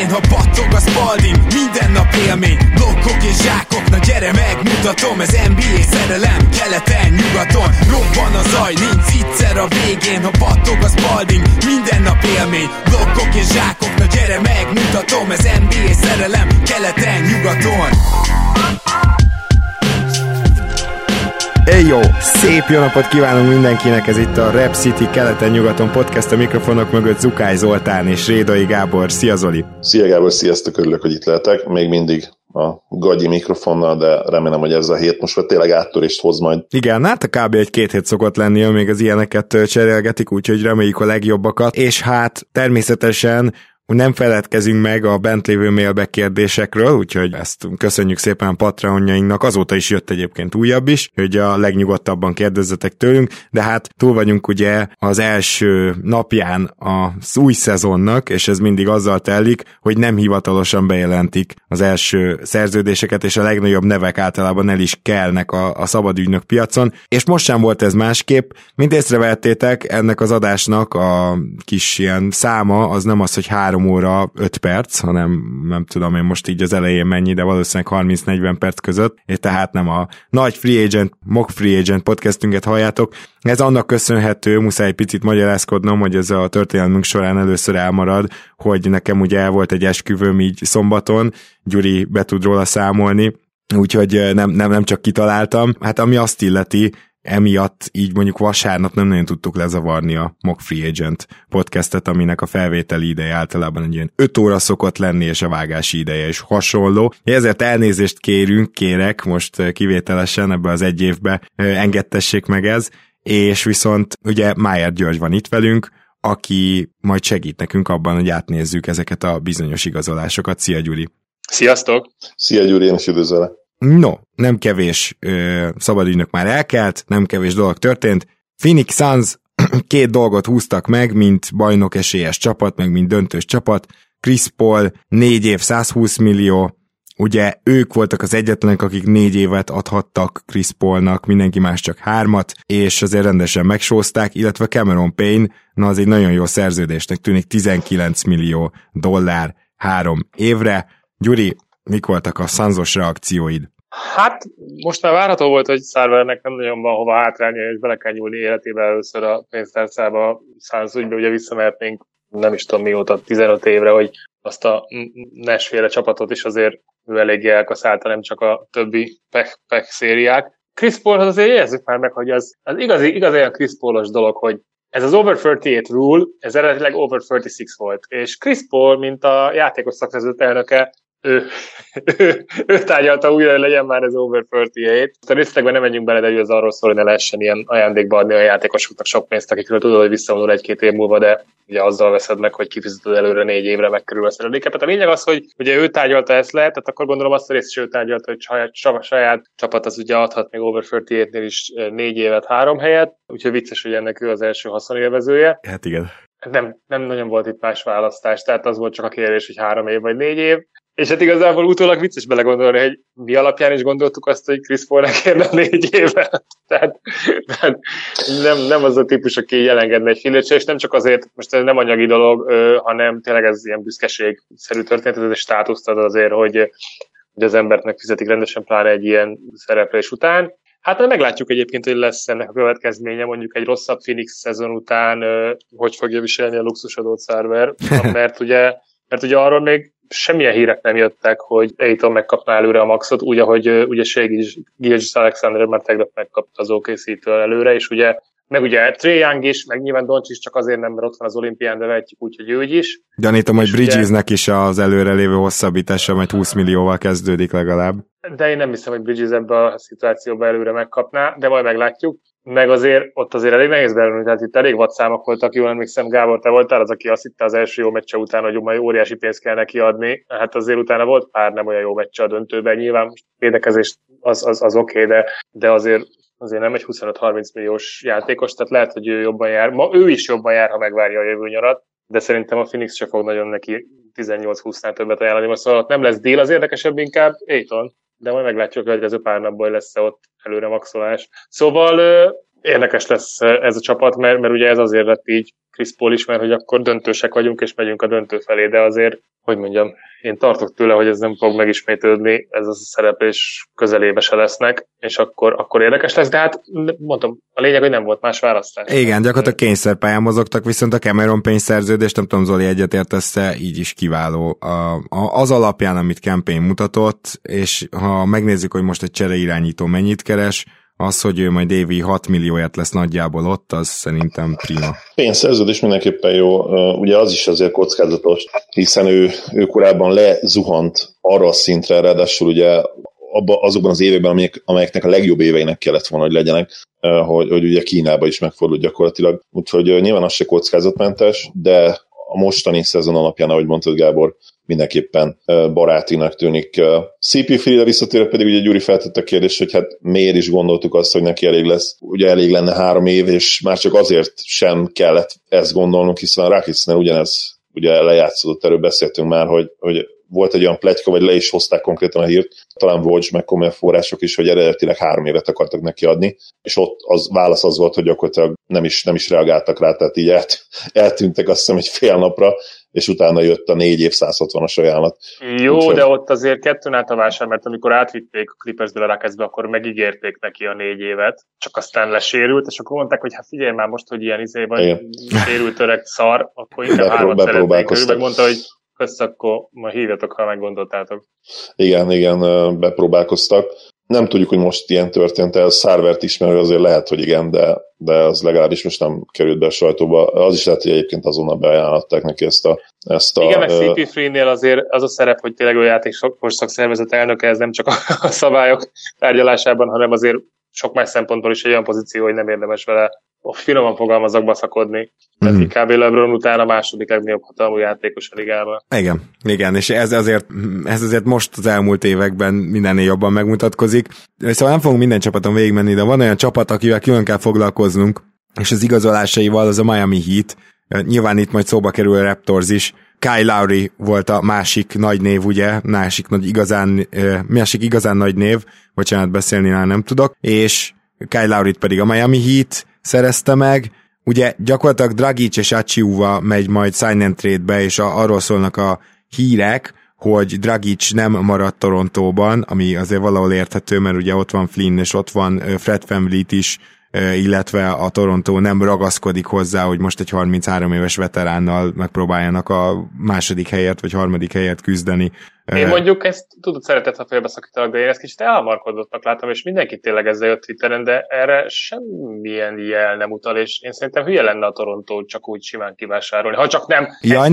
végén, ha battog a Spalding, minden nap élmény, blokkok és zsákok, na gyere megmutatom, ez NBA szerelem, keleten, nyugaton, robban a zaj, nincs viccer a végén, ha battog a Spalding, minden nap élmény, blokkok és zsákok, na gyere megmutatom, ez NBA szerelem, keleten, nyugaton. Jó, szép jó napot kívánunk mindenkinek, ez itt a Rap City keleten-nyugaton podcast, a mikrofonok mögött Zukály Zoltán és Rédai Gábor. Szia Zoli! Szia Gábor, sziasztok, örülök, hogy itt lehetek. Még mindig a gagyi mikrofonnal, de remélem, hogy ez a hét most már tényleg áttörést hoz majd. Igen, hát a kb. Egy-két hét szokott lenni, még az ilyeneket cserélgetik, úgyhogy reméljük a legjobbakat. És hát természetesen nem feledkezünk meg a bent lévő mailback kérdésekről, úgyhogy ezt köszönjük szépen Patreonjainknak, azóta is jött egyébként újabb is, hogy a legnyugodtabban kérdezzetek tőlünk, de hát túl vagyunk ugye az első napján az új szezonnak, és ez mindig azzal telik, hogy nem hivatalosan bejelentik az első szerződéseket, és a legnagyobb nevek általában el is kelnek a szabadügynök piacon, és most sem volt ez másképp, mint észrevettétek, ennek az adásnak a kis ilyen száma az nem az, hogy 3 óra 5 perc, hanem nem tudom én most így az elején mennyi, de valószínűleg 30-40 perc között, és tehát nem a nagy free agent, mock free agent podcastünket halljátok. Ez annak köszönhető, muszáj egy picit magyarázkodnom, hogy ez a történelmünk során először elmarad, hogy nekem ugye el volt egy esküvőm így szombaton, Gyuri be tud róla számolni, úgyhogy nem csak kitaláltam. Hát ami azt illeti, emiatt így mondjuk vasárnap nem nagyon tudtuk lezavarni a Mock Free Agent podcastet, aminek a felvételi ideje általában egy ilyen 5 óra szokott lenni, és a vágási ideje is hasonló. Ezért elnézést kérek most kivételesen ebbe az egy évbe, engedtessék meg ez, és viszont ugye Májer György van itt velünk, aki majd segít nekünk abban, hogy átnézzük ezeket a bizonyos igazolásokat. Szia Gyuri! Sziasztok! Szia Gyuri, én is üdvözöllek! No, nem kevés szabadügynök már elkelt, nem kevés dolog történt. Phoenix Suns 2 dolgot húztak meg, mint bajnok esélyes csapat, meg mint döntős csapat. Chris Paul 4 év 120 millió, ugye ők voltak az egyetlenek, akik 4 évet adhattak Chris Paulnak, mindenki más csak 3-at, és azért rendesen megsózták, illetve Cameron Payne, na az egy nagyon jó szerződésnek tűnik, 19 millió dollár 3 évre. Gyuri, mik voltak a Sunsos reakcióid? Hát most már várható volt, hogy Sarvernek nem nagyon van hova hátrálnia, és bele kell nyúlni életébe először a pénztárcába. A Suns ügybe ugye visszamehetnénk, nem is tudom mióta, 15 évre, hogy azt a Nash-féle csapatot is azért ő eléggé elkaszálta, nem csak a többi pek szériák. Chris Paulhoz azért érezzük már meg, hogy az igazi olyan Chris Paulos dolog, hogy ez az over 38 rule, ez eredetileg over 36 volt, és Chris Paul, mint a játékos szakszervezet elnöke, ő tárgyalta újra, hogy legyen már ez over 38. A részletekben nem menjünk bele, de ez arról szól, hogy ne lehessen ilyen ajándékba adni a játékosoknak sok pénzt, akikről tudod, hogy visszavonul 1-2 év múlva, de ugye azzal veszed meg, hogy kifizeted előre 4 évre, megkerül a szerződéket. A lényeg az, hogy ugye ő tárgyalta ezt le, tehát akkor gondolom azt a részt is ő tárgyalta, hogy saját csapat az ugye adhat még over 38-nél is 4 évet 3 helyet, úgyhogy vicces, hogy ennek ő az első haszonélvezője. Hát igen. Nem nagyon volt itt más választás, tehát az volt csak a kérdés, hogy 3 év vagy 4 év. És hát igazából utólag vicces belegondolni, hogy mi alapján is gondoltuk azt, hogy Chris Paulnak érne 4 évet. Tehát nem az a típus, aki jelengedne egy fillért, és nem csak azért, most ez nem anyagi dolog, hanem tényleg ez ilyen büszkeségszerű történet, ez egy státuszt ad azért, hogy az embert megfizetik rendesen, pláne egy ilyen szereplés után. Hát meglátjuk egyébként, hogy lesz ennek a következménye, mondjuk egy rosszabb Phoenix szezon után, hogy fogja viselni a luxusadót Sarver, mert ugye arról még semmilyen hírek nem jöttek, hogy Ayton megkapná előre a maxot, úgy, ahogy ugye Gilgeous-Alexander már tegnap megkapta az OKC-től előre, és ugye Trae Young is, meg nyilván Doncic csak azért nem, mert ott van az olimpián, de vehetjük úgy, hogy ő is. Gyanítom, hogy Bridgesnek is az előrelévő hosszabbítása majd 20 millióval kezdődik legalább. De én nem hiszem, hogy Bridges ebbe a szituációba előre megkapná, de majd meglátjuk. Meg azért ott azért elég nehéz belőle, tehát itt elég vad számok voltak, jól emlékszem, Gábor, te voltál az, aki azt hitte az első jó meccse után, hogy majd óriási pénzt kell neki adni. Hát azért utána volt pár nem olyan jó meccse a döntőben, nyilván most védekezés az oké, de azért nem egy 25-30 milliós játékos, tehát lehet, hogy ő jobban jár. Ma ő is jobban jár, ha megvárja a jövő nyarat, de szerintem a Phoenix se fog nagyon neki 18-20-nál többet ajánlani. Most szóval nem lesz deal, az érdekesebb inkább Ayton, de majd meglátjuk, hogy ez a pár napból lesz ott előre maxolás. Szóval érdekes lesz ez a csapat, mert ugye ez azért lett így Chris Paul is, mert hogy akkor döntősek vagyunk, és megyünk a döntő felé, de azért, hogy mondjam, én tartok tőle, hogy ez nem fog megismétlődni, ez a szereplés közelébe se lesznek, és akkor érdekes lesz, de hát mondtam, a lényeg, hogy nem volt más választás. Igen, gyakorlatilag kényszerpályán mozogtak, viszont a Cameron Payne szerződést, nem tudom, Zoli egyetértesz-e, így is kiváló. Az alapján, amit Campaign mutatott, és ha megnézzük, hogy most egy csereirányító mennyit keres, az, hogy ő majd évi 6 millióért lesz nagyjából ott, az szerintem prima. Pénzszerződés mindenképpen jó. Ugye az is azért kockázatos, hiszen ő korábban lezuhant arra a szintre, ráadásul ugye azokban az években, amelyeknek a legjobb éveinek kellett volna, hogy legyenek, hogy ugye Kínába is megfordult gyakorlatilag. Úgyhogy nyilván az se kockázatmentes, de a mostani szezon alapján, ahogy mondtad Gábor, mindenképpen barátinak tűnik. CP3-re visszatérve pedig ugye Gyuri feltette a kérdést, hogy hát miért is gondoltuk azt, hogy neki elég lesz, ugye elég lenne 3 év, és már csak azért sem kellett ezt gondolnunk, hiszen a Rocketsnél ugyanez ugye lejátszódott, erről beszéltünk már, hogy volt egy olyan pletyka, vagy le is hozták konkrétan a hírt, talán Woj, meg komoly források is, hogy eredetileg 3 évet akartak neki adni, és ott az válasz az volt, hogy gyakorlatilag nem is reagáltak rá, tehát így eltűntek azt hiszem egy fél napra, és utána jött a 4 év 160-as ajánlat. Jó, úgyhogy... de ott azért kettőn át a vásár, mert amikor átvitték a Clippersből a Rocketsbe, akkor megígérték neki a 4 évet, csak aztán lesérült, és akkor mondták, hogy hát figyelj már most, hogy ilyen vagy sérült öreg szar, akkor inkább 3 szeretnék. Ő megmondta, hogy kösz, akkor ma hívjatok, ha meggondoltátok. Igen, bepróbálkoztak. Nem tudjuk, hogy most ilyen történt el, Sarvert ismerő azért lehet, hogy igen, de az legalábbis most nem került be a sajtóba. Az is lehet, hogy egyébként azonnal beajánlották neki ezt a... Igen, meg CP3-nél azért az a szerep, hogy tényleg a játékos szakszervezet elnöke, ez nem csak a szabályok tárgyalásában, hanem azért sok más szempontból is egy olyan pozíció, hogy nem érdemes vele finoman fogalmazok baszakodni. Tehát kb. LeBron után a második legnagyobb hatalmú játékos a ligában. Igen, és ez azért most az elmúlt években mindennél jobban megmutatkozik. Szóval nem fogunk minden csapaton végigmenni, de van olyan csapat, akivel külön kell foglalkoznunk, és az igazolásaival az a Miami Heat. Nyilván itt majd szóba kerül a Raptors is. Kyle Lowry volt a másik nagy név, ugye? Másik igazán nagy név, bocsánat, beszélni nem tudok, és Kyle Lowryt pedig a Miami Heat szerezte meg. Ugye gyakorlatilag Dragic és Achiuwa megy majd sign and trade-be, és arról szólnak a hírek, hogy Dragic nem maradt Torontóban, ami azért valahol érthető, mert ugye ott van Flynn, és ott van Fred VanVleet is, illetve a Toronto nem ragaszkodik hozzá, hogy most egy 33 éves veteránnal megpróbáljanak a második helyet, vagy harmadik helyet küzdeni. Én mondjuk ezt tudod, szeretett, ha félbeszakítalak, de én ezt kicsit elhamarkodottnak látom, és mindenki tényleg ezzel jött Twitteren, de erre semmilyen jel nem utal, és én szerintem hülye lenne a Torontót csak úgy simán kivásárolni. Ha csak nem... Ja,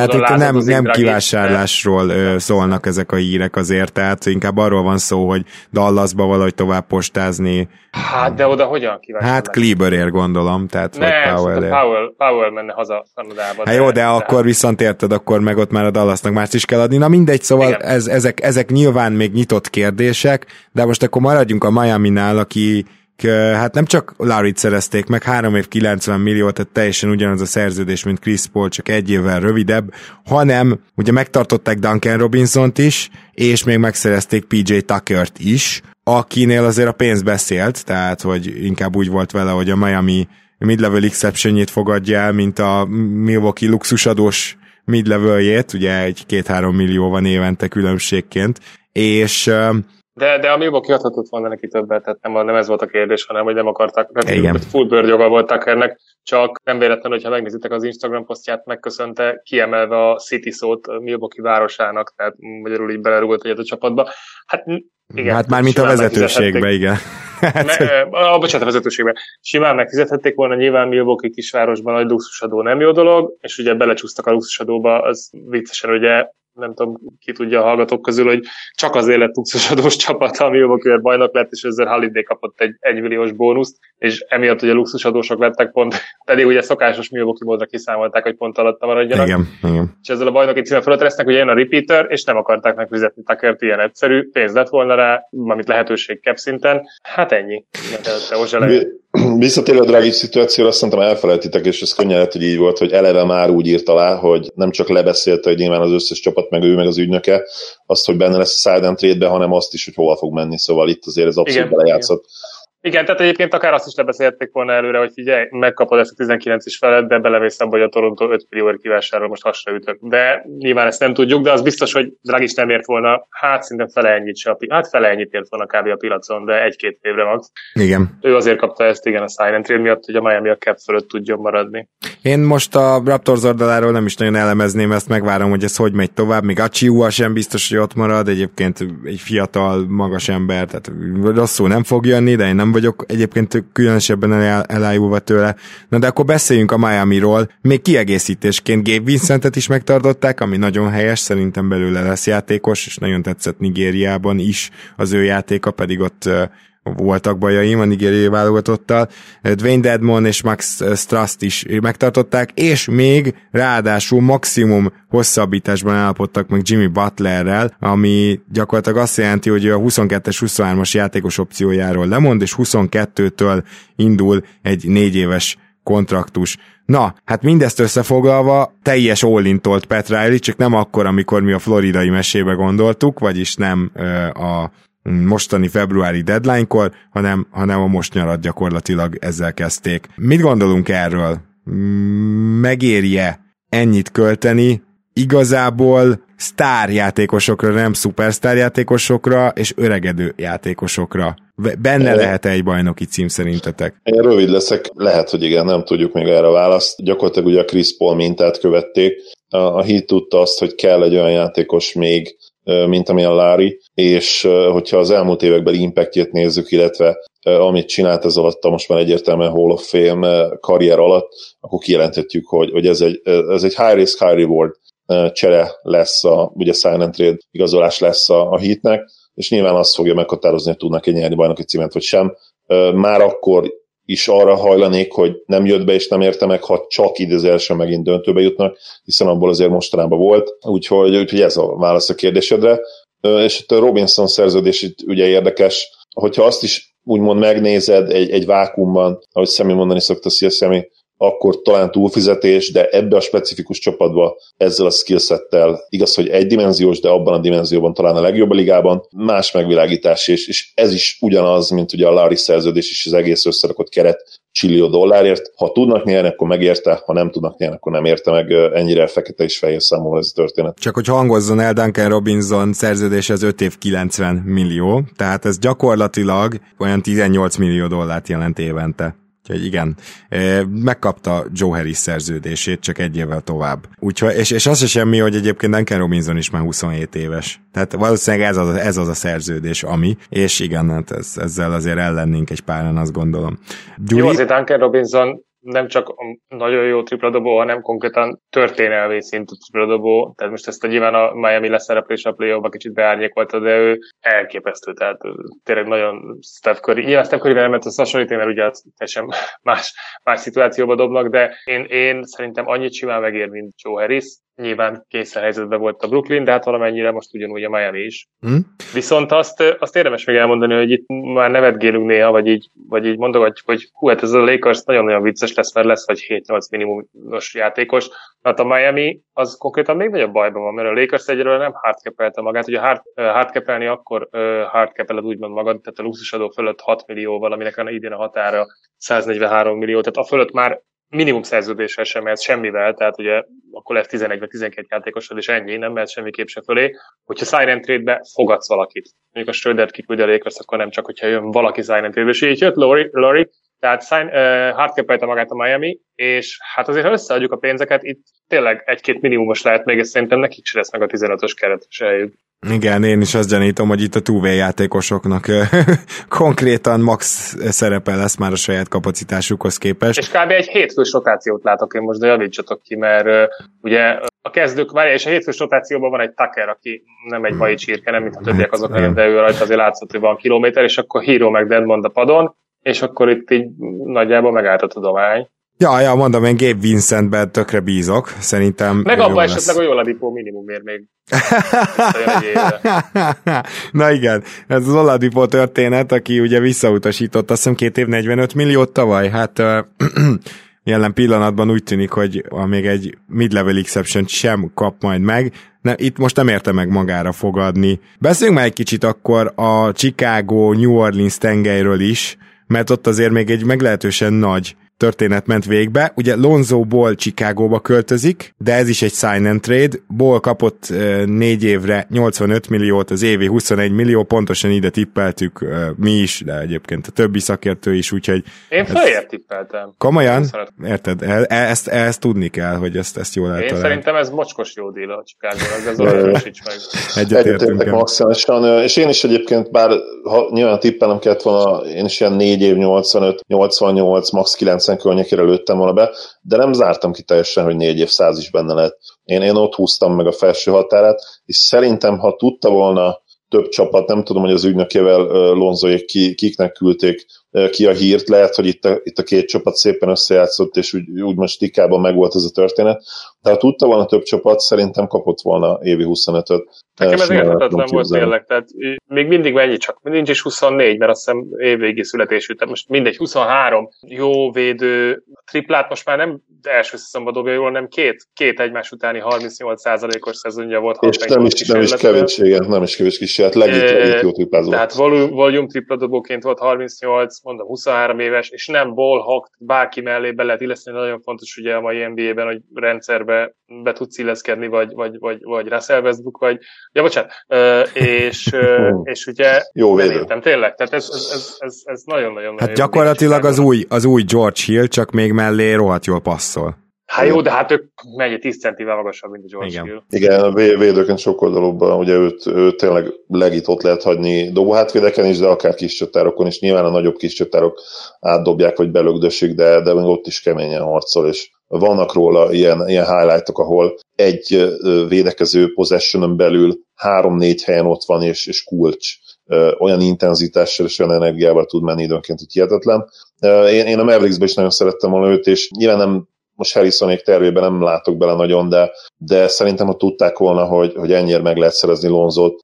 nem kivásárlásról szólnak ezek a hírek azért, tehát inkább arról van szó, hogy Dallasba valahogy tovább postázni. Hát, de oda hogyan kivásárolni? Hát Kleberért gondolom, tehát nem, Powell menne haza Kanadába. Hát jó, de akkor viszont érted, akkor meg ott már a Dallasnak mást is kell adni. Na mindegy, szóval ezek nyilván még nyitott kérdések, de most akkor maradjunk a Miami-nál, aki hát nem csak Lowryt szerezték meg, 3 év 90 millió, tehát teljesen ugyanaz a szerződés, mint Chris Paul, csak 1 évvel rövidebb, hanem ugye megtartották Duncan Robinsont is, és még megszerezték PJ Tuckert is, akinél azért a pénz beszélt, tehát hogy inkább úgy volt vele, hogy a Miami mid-level exceptionjét fogadja el, mint a Milwaukee luxusadós mid-leveljét, ugye egy 2-3 millió van évente különbségként, és... De a Milwaukee adhatott volna neki többet, tehát nem ez volt a kérdés, hanem hogy nem akarták, mert full bőrjoga volt Tuckernek, csak nem véletlenül, hogyha megnézitek az Instagram posztját, megköszönte, kiemelve a City szót Milwaukee városának, tehát magyarul így belerúgott egyet a csapatba. Hát igen. Hát már mint a vezetőségbe, igen. Bocsánat, a vezetőségbe. Simán megfizethették volna, nyilván Milwaukee kisvárosban nagy luxusadó nem jó dolog, és ugye belecsúsztak a luxusadóba, az viccesen ugye nem tudom, ki tudja a hallgatók közül, hogy csak azért lett luxusadós csapat, a Milwaukee bajnok lett, és ezzel Holiday kapott egy 1 milliós bónuszt, és emiatt ugye luxusadósok lettek pont, pedig ugye szokásos Milwaukee módra kiszámolták, hogy pont alatta maradjanak. Igen. És ezzel a bajnoki címen fölött lesznek, ugye jön a repeater, és nem akarták megfizetni Tuckert, ilyen egyszerű, pénz lett volna rá, amit lehetőség cap szinten. Hát ennyi. Visszatérő a Dragic szituációra, azt szerintem elfelejtitek, és ez könnyen lett, hogy így volt, hogy eleve már úgy írt alá, hogy nem csak lebeszélte, hogy nyilván az összes csapat, meg ő, meg az ügynöke, azt, hogy benne lesz a side and trade-be, hanem azt is, hogy hova fog menni, szóval itt azért ez abszolút belejátszott. Igen, tehát egyébként akár azt is lebeszélték volna előre, hogy figyelj, megkapod ezt a 19 is felett, de belemész abba, hogy a Toronto 5 millióért kivásárol, most hasra ütök. De nyilván ezt nem tudjuk, de az biztos, hogy Dragic nem ért volna, szinte fele ennyit ért volna kb. A piacon, de 1-2 évre max. Igen. Ő azért kapta ezt, igen, a sign and trade miatt, hogy a Miami a cap fölött tudjon maradni. Én most a Raptors oldaláról nem is nagyon elemezném ezt, megvárom, hogy ez hogy megy tovább, még Achiuwa sem biztos, hogy ott marad, egyébként egy fiatal, magas ember, tehát rosszul nem fog jönni, de én nem vagyok egyébként különösebben elájulva tőle. Na de akkor beszéljünk a Miamiról. Még kiegészítésként Gabe Vincentet is megtartották, ami nagyon helyes, szerintem belőle lesz játékos, és nagyon tetszett Nigériában is az ő játéka, pedig ott voltak bajaim a nigériai válogatottal. Dwayne Dedmon és Max Strust is megtartották, és még ráadásul maximum hosszabbításban állapodtak meg Jimmy Butlerrel, ami gyakorlatilag azt jelenti, hogy a 22-es 23-as játékos opciójáról lemond, és 22-től indul egy 4 éves kontraktus. Na, hát mindezt összefoglalva teljes all-in tolt Pat Riley, csak nem akkor, amikor mi a floridai mesébe gondoltuk, vagyis nem a mostani februári deadline-kor, hanem a most nyarat gyakorlatilag ezzel kezdték. Mit gondolunk erről? Megéri-e ennyit költeni? Igazából sztárjátékosokra, nem szupersztárjátékosokra és öregedő játékosokra. Benne lehet egy bajnoki cím szerintetek? Én rövid leszek, lehet, hogy igen, nem tudjuk még erre a választ. Gyakorlatilag ugye a Chris Paul mintát követték. A Heat tudta azt, hogy kell egy olyan játékos még, mint amilyen Larry, és hogyha az elmúlt évekbeli impactjét nézzük, illetve amit csinált ez alatt, most már egyértelműen Hall of Fame karrier alatt, akkor kijelenthetjük, hogy ez egy high risk, high reward csere lesz, ugye sign and trade igazolás lesz a Heatnek, és nyilván azt fogja meghatározni, hogy tudnak-e nyerni bajnoki címet, vagy sem. Már akkor is arra hajlanék, hogy nem jött be és nem érte meg, ha csak idézőjelesen megint döntőbe jutnak, hiszen abból azért mostanában volt. Úgyhogy ez a válasz a kérdésedre. És itt a Robinson szerződés itt ugye érdekes, hogyha azt is úgymond megnézed egy vákuumban, ahogy Szemi mondani szokta, szia Szemi, akkor talán túlfizetés, de ebbe a specifikus csapatba ezzel a skillsettel igaz, hogy egydimenziós, de abban a dimenzióban talán a legjobb a ligában, más megvilágítás, és ez is ugyanaz, mint ugye a Larry szerződés is az egész összerakott keret $1 billió. Ha tudnak nyerni, akkor megérte, ha nem tudnak nyerni, akkor nem érte meg, ennyire fekete és fehér számomra ez a történet. Csak hogy hangozzon el, Duncan Robinson szerződése az 5 év 90 millió, tehát ez gyakorlatilag olyan $18 millió jelent évente. Úgyhogy igen, megkapta Joe Harris szerződését, csak egy évvel tovább. Úgyhogy, és az se semmi, hogy egyébként Duncan Robinson is már 27 éves. Tehát valószínűleg ez az a szerződés, ami, és igen, hát ezzel azért ellennénk egy páran, azt gondolom. Jó, azért Duncan Robinson nem csak nagyon jó tripladobó, hanem konkrétan történelmi szintű tripladobó, tehát most ezt nyilván a Miami leszereplés a play-offba kicsit beárnyékolta, de ő elképesztő, tehát tényleg nagyon Steph Curry. Nyilván Steph Curryvel nem lehet összehasonlítani, mert ugye teljesen más szituációba dobnak, de én szerintem annyit simán megér, mint Joe Harris. Nyilván kényszer helyzetben volt a Brooklyn, de hát valamennyire most ugyanúgy a Miami is. Viszont azt érdemes még elmondani, hogy itt már nevetgélünk néha, vagy így mondogatjuk, hogy hát ez a Lakers nagyon-nagyon vicces lesz, mert lesz vagy 7-8 minimumos játékos. Hát a Miami az konkrétan még nagyobb bajban van, mert a Lakers egyről nem hardcapelte magát. Ugye hardcapelni akkor hardcapeled úgymond magad, tehát a luxusadó fölött 6 millióval, aminek idén a határa 143 millió, tehát a fölött már minimum szerződéssel sem mehet semmivel, tehát ugye akkor lesz 11 vagy 12 játékosod, és ennyi, nem mehet semmiképp se fölé. Hogyha sign and trade-be fogadsz valakit, mondjuk a Schrödert kiküldi a Lakers, akkor nem csak, hogyha jön valaki sign and trade-be, és így jött Laurie, tehát hardcapelte magát a Miami, és hát azért, ha összeadjuk a pénzeket, itt tényleg 1-2 minimumos lehet még, és szerintem nekik se lesz meg a 15-ös keretes helyük. Igen, én is azt gyanítom, hogy itt a two-way játékosoknak konkrétan max szerepe lesz már a saját kapacitásukhoz képest. És kb. Egy hétfős rotációt látok én most, de javítsatok ki, mert ugye a kezdők, és a hétfős rotációban van egy Tucker, aki nem egy mai csirke, nem mint a többiek azok, de ő rajta azért látszott, hogy van kilométer, és akkor Hero meg Dedmond a padon, és akkor itt így nagyjából megállt a tudomány. Ja, mondom, én Gabe Vincentben tökre bízok, szerintem meg abban esetleg a Oladipo minimumért még. Na igen, ez az Oladipo történet, aki ugye visszautasított, azt hiszem 2 év 45 milliót tavaly, hát jelen pillanatban úgy tűnik, hogy még egy mid-level exception sem kap majd meg. Itt most nem érte meg magára fogadni. Beszéljünk már egy kicsit akkor a Chicago, New Orleans tengelyről is, mert ott azért még egy meglehetősen nagy történet ment végbe. Ugye Lonzo Ball Chicagóba költözik, de ez is egy sign and trade. Ball kapott 4 évre 85 milliót, az évi 21 millió, pontosan ide tippeltük mi is, de egyébként a többi szakértő is, úgyhogy... Én feljebb tippeltem. Komolyan? Érted? Ezt tudni kell, hogy ezt jól eltalálni. Én szerintem ez mocskos jó díl a Chicagónak, de ez olyan meg. Egyetértek maximálisan, és én is egyébként, bár ha nyilván tippelnem kellett volna, én is ilyen 4 év 85, 88, max 90 környékére lőttem volna be, de nem zártam ki teljesen, hogy 4 év 100 is benne lehet. Én ott húztam meg a felső határát, és szerintem, ha tudta volna több csapat, nem tudom, hogy az ügynökével Lonzoék kiknek küldték ki a hírt, lehet, hogy itt a két csapat szépen összejátszott, és úgy most Stikában megvolt ez a történet, de ha tudta volna több csapat, szerintem kapott volna évi 25-öt. Nekem ez érthetetlen volt tényleg, tehát még mindig mennyi, csak nincs is 24, mert azt hiszem évvégi születésű, tehát most mindegy, 23 jó védő triplát most már nem első szezonba dobja jól, nem két egymás utáni 38%-os szezonja volt. És nem is kevés kísérlet, legit jó triplázó. Tehát volume tripladobóként volt 38, mondom 23 éves, és nem ballhawk, bárki mellé be lehet illeszteni, nagyon fontos ugye a mai NBA-ben, hogy rendszerbe be tudsz illeszkedni, vagy Russell Westbrook, vagy és ugye jó nem értem, tényleg, tehát ez nagyon-nagyon hát gyakorlatilag az új George Hill, csak még mellé rohadt jól passzol. Hát jó, de hát ők megy 10 centivel magasabb, mint a George Hill. Igen, a védőként sokoldalúbban, ugye őt tényleg legit ott lehet hagyni dobóhátvédeken is, de akár kis csatárokon is. Nyilván a nagyobb kis csatárok átdobják, vagy belögdösik, de még ott is keményen harcol, és vannak róla ilyen highlightok, ahol egy védekező possessionon belül 3-4 helyen ott van, és kulcs. Olyan intenzitással és olyan energiával tud menni időnként, hogy hihetetlen. Én a Mavericksben is nagyon szerettem volna őt, és nyilván nem most Harrisonék tervében nem látok bele nagyon, de szerintem, ha tudták volna, hogy ennyire meg lehet szerezni Lonzót,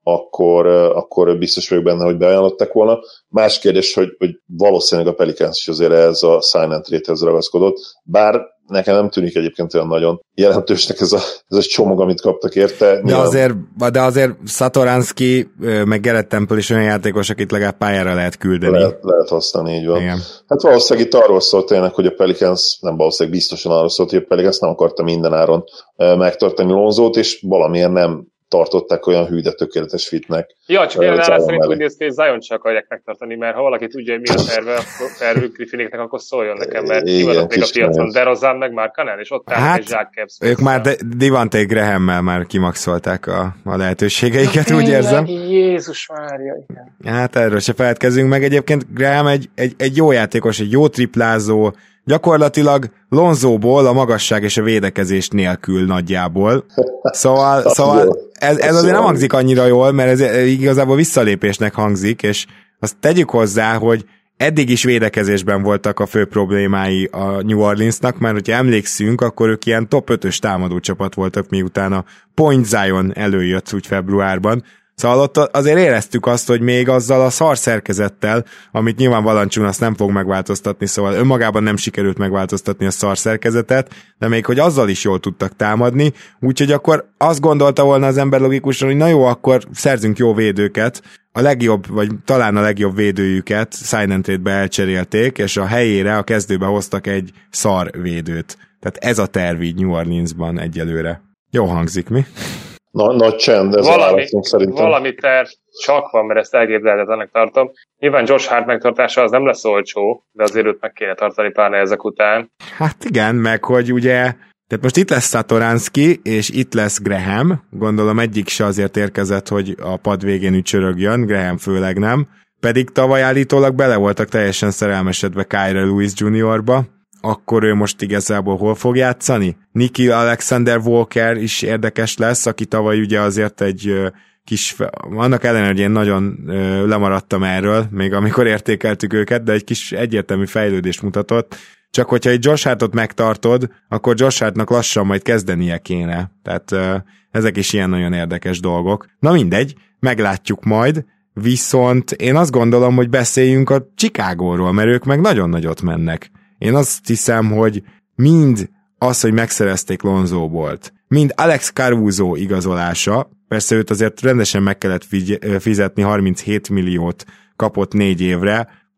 akkor biztos vagyok benne, hogy beajánlották volna. Más kérdés, hogy valószínűleg a Pelicans is azért ez a sign and trade-hez ragaszkodott, bár nekem nem tűnik egyébként olyan nagyon jelentősnek ez a csomag, amit kaptak érte. De azért Satoranski, meg Garrett Temple is olyan játékos, akit legalább pályára lehet küldeni. Lehet használni, így van. Igen. Hát valószínűleg itt arról szólt tényleg, hogy a Pelicans, nem valószínűleg biztosan arról szólt, hogy a Pelicans nem akarta minden áron megtartani Lonzót, és valamiért nem tartották olyan hű, de tökéletes fitnek. Ja, csak én szerint úgy néz ki, hogy Zion csak akarják megtartani, mert ha valaki tudja, hogy mi a tervük Griffinéknek, akkor szóljon nekem, mert kimadott még a piacon DeRozan meg Markkanen, és ott állnak egy zsákkepsz. Ők már Devante Grahammel már kimaxolták a lehetőségeiket, úgy érzem. Jézus Mária, igen. Hát erről se feledkezzünk meg. Egyébként Graham egy jó játékos, egy jó triplázó, gyakorlatilag Lonzóból a magasság és a védekezés nélkül nagyjából. Szóval ez azért nem hangzik annyira jól, mert ez igazából visszalépésnek hangzik, és azt tegyük hozzá, hogy eddig is védekezésben voltak a fő problémái a New Orleansnak, mert hogyha emlékszünk, akkor ők ilyen top 5-ös támadócsapat voltak, miután a Point Zion előjött úgy februárban. Szóval ott azért éreztük azt, hogy még azzal a szar szerkezettel, amit nyilván Valanciunas nem fog megváltoztatni, szóval önmagában nem sikerült megváltoztatni a szar szerkezetet, de még hogy azzal is jól tudtak támadni, úgyhogy akkor azt gondolta volna az ember logikusan, hogy na jó, akkor szerzünk jó védőket, a legjobb, vagy talán a legjobb védőjüket sign and trade-be elcserélték, és a helyére a kezdőbe hoztak egy szar védőt. Tehát ez a terv így New Orleansban egyelőre. Jó hangzik, mi? Nagy csend, ez valami terv csak van, mert ezt elképzelhetetlennek tartom. Nyilván Josh Hart megtartása az nem lesz olcsó, de azért őt meg kéne tartani pláne ezek után. Hát igen, meg hogy ugye, tehát most itt lesz Satoranski, és itt lesz Graham, gondolom egyik se azért érkezett, hogy a pad végén ücsörögjön, Graham főleg nem, pedig tavaly állítólag bele voltak teljesen szerelmesedve Kyle Lewis Jr.-ba, akkor ő most igazából hol fog játszani? Nickeil Alexander-Walker is érdekes lesz, aki tavaly ugye azért egy kis, annak ellenére, hogy én nagyon lemaradtam erről, még amikor értékeltük őket, de egy kis egyértelmű fejlődést mutatott, csak hogyha egy Josh Hartot megtartod, akkor Josh Hartnak lassan majd kezdenie kéne. Tehát ezek is ilyen nagyon érdekes dolgok. Na mindegy, meglátjuk majd, viszont én azt gondolom, hogy beszéljünk a Chicagóról, mert ők meg nagyon nagyot mennek. Én azt hiszem, hogy mind az, hogy megszerezték Lonzo Ballt, mind Alex Caruso igazolása, persze őt azért rendesen meg kellett fizetni, 37 milliót kapott 4 évre,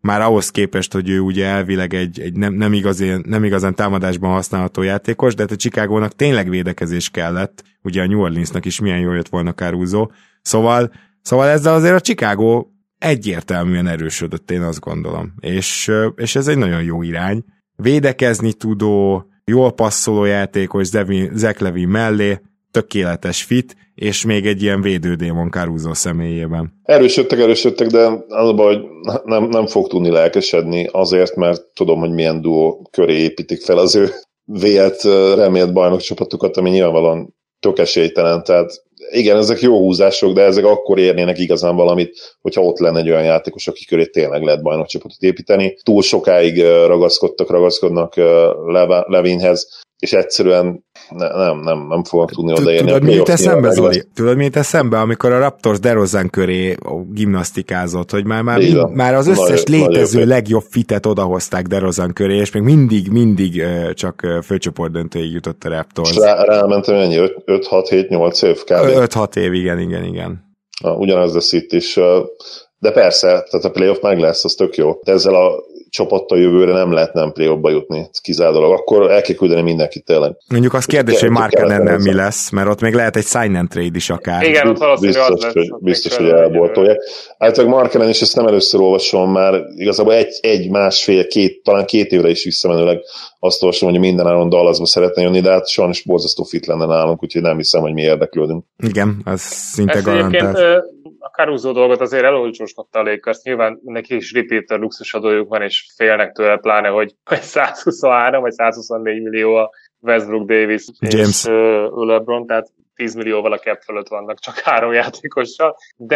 már ahhoz képest, hogy ő ugye elvileg egy nem igazán támadásban használható játékos, de a Chicagónak tényleg védekezés kellett, ugye a New Orleansnak is milyen jól jött volna Caruso, szóval ezzel azért a Chicago egyértelműen erősödött, én azt gondolom, és ez egy nagyon jó irány. Védekezni tudó, jól passzoló játékos Zach LaVine mellé, tökéletes fit, és még egy ilyen védődémon Caruso személyében. Erősödtek, de az a baj, hogy nem fog tudni lelkesedni azért, mert tudom, hogy milyen duó köré építik fel az ő vélt, remélt bajnokcsapatokat, ami nyilvánvalóan tök esélytelen, tehát igen, ezek jó húzások, de ezek akkor érnének igazán valamit, hogyha ott lenne egy olyan játékos, aki köré tényleg lehet bajnokcsapatot építeni. Túl sokáig ragaszkodnak Levinhez, és egyszerűen nem fogok tudni odaérni. Tudod, mi jut eszembe, Zoli? Tudod, mi jut eszembe, amikor a Raptors DeRozan köré gimnasztikázott, hogy már az összes létező legjobb fitet odahozták DeRozan köré, és még mindig csak főcsoportdöntőig jutott a Raptors. Rámentem ennyi, 5-6-7-8 év kb. 5-6 év, igen. Ugyanaz lesz itt is. De persze, tehát a playoff meg lesz, az tök jó. De ezzel a csapattal jövőre nem lehet nem playoffba jutni, kizárólag. Akkor el kell küldeni mindenkit tényleg. Mondjuk az kérdés, hogy Markkanennel mi lesz, mert ott még lehet egy sign and trade is akár. Igen, ott valószínűleg biztos, hogy elboltolják. Általában Markkanen is, ezt nem először olvasom, már igazából talán két évre is visszamenőleg azt olvasom, hogy mindenáron Dallasba szeretne jönni, de hát sajnos borzasztó fit lenne nálunk, úgyhogy nem hiszem, hogy mi érdeklődünk. Igen, ez szinte garantált. A Caruso dolgot azért elolcsóskodta a Lakers, nyilván neki is repeater luxusadójuk van, és félnek tőle, pláne, hogy 123 vagy 124 millió a Westbrook, Davis James. És LeBron, tehát 10 millióval a cap fölött vannak csak 3 játékossal, de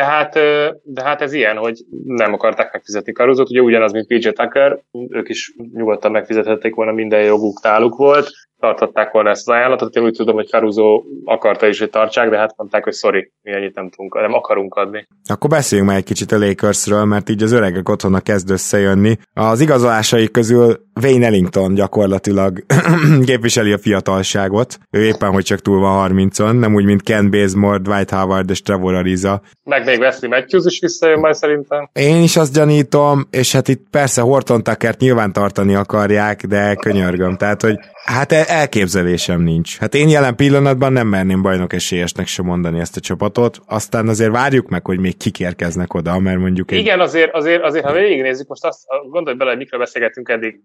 hát ez ilyen, hogy nem akarták megfizetni Carusot, ugye ugyanaz, mint PJ Tucker, ők is nyugodtan megfizethették volna, minden joguk náluk volt, tartották volna ezt az ajánlatot, én úgy tudom, hogy Caruso akarta is, hogy tartsák, de hát mondták, hogy sorry, mi ennyit nem akarunk adni. Akkor beszéljünk már egy kicsit a Lakersről, mert így az öregek otthona kezd összejönni. Az igazolásai közül Wayne Ellington gyakorlatilag képviseli a fiatalságot. Ő éppen, hogy csak túl van 30-on, nem úgy, mint Ken Bazemore, Dwight Howard és Trevor Ariza. Meg még Wesley Matthews is visszajön majd szerintem. Én is azt gyanítom, és hát itt persze Horton Tuckert nyilván tartani akarják, de könyörgöm, tehát, hogy hát elképzelésem nincs. Hát én jelen pillanatban nem merném bajnok esélyesnek sem mondani ezt a csapatot, aztán azért várjuk meg, hogy még kik érkeznek oda, mert mondjuk igen, azért ha végignézzük, most azt gondolj bele, hogy mikről beszélgettünk eddig.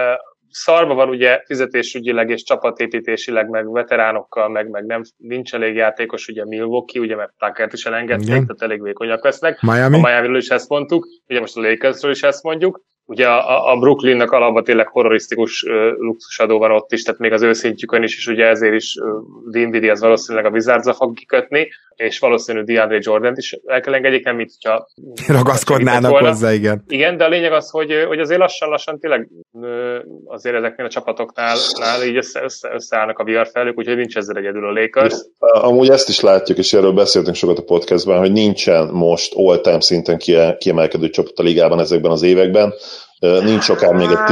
Szarba van ugye fizetésügyileg és csapatépítésileg, meg veteránokkal, meg nincs elég játékos, ugye Milwaukee, ugye mert Tuckert is elengedték, tehát elég vékonyak lesznek. Miami. A Miamiről is ezt mondtuk, ugye most a Lakersről is ezt mondjuk. Ugye a Brooklynnak alapban tényleg horrorisztikus luxusadó van ott is, tehát még az őszintjükön is, és ugye ezért is Dinwiddie az valószínűleg a Wizards-a fog kikötni, és valószínűleg DeAndre Jordant is el kell engedjék, nem mint hogyha ragaszkodnának hozzá, igen. Igen, de a lényeg az, hogy azért lassan tényleg azért ezeknél a csapatoknál így összeállnak a viharfelők, úgyhogy nincs ezzel egyedül a Lakers. Amúgy ezt is látjuk, és erről beszéltünk sokat a podcastben, hogy nincsen most all-time szinten kiemelkedő csapat a ligában ezekben az években. Nincs akár még egy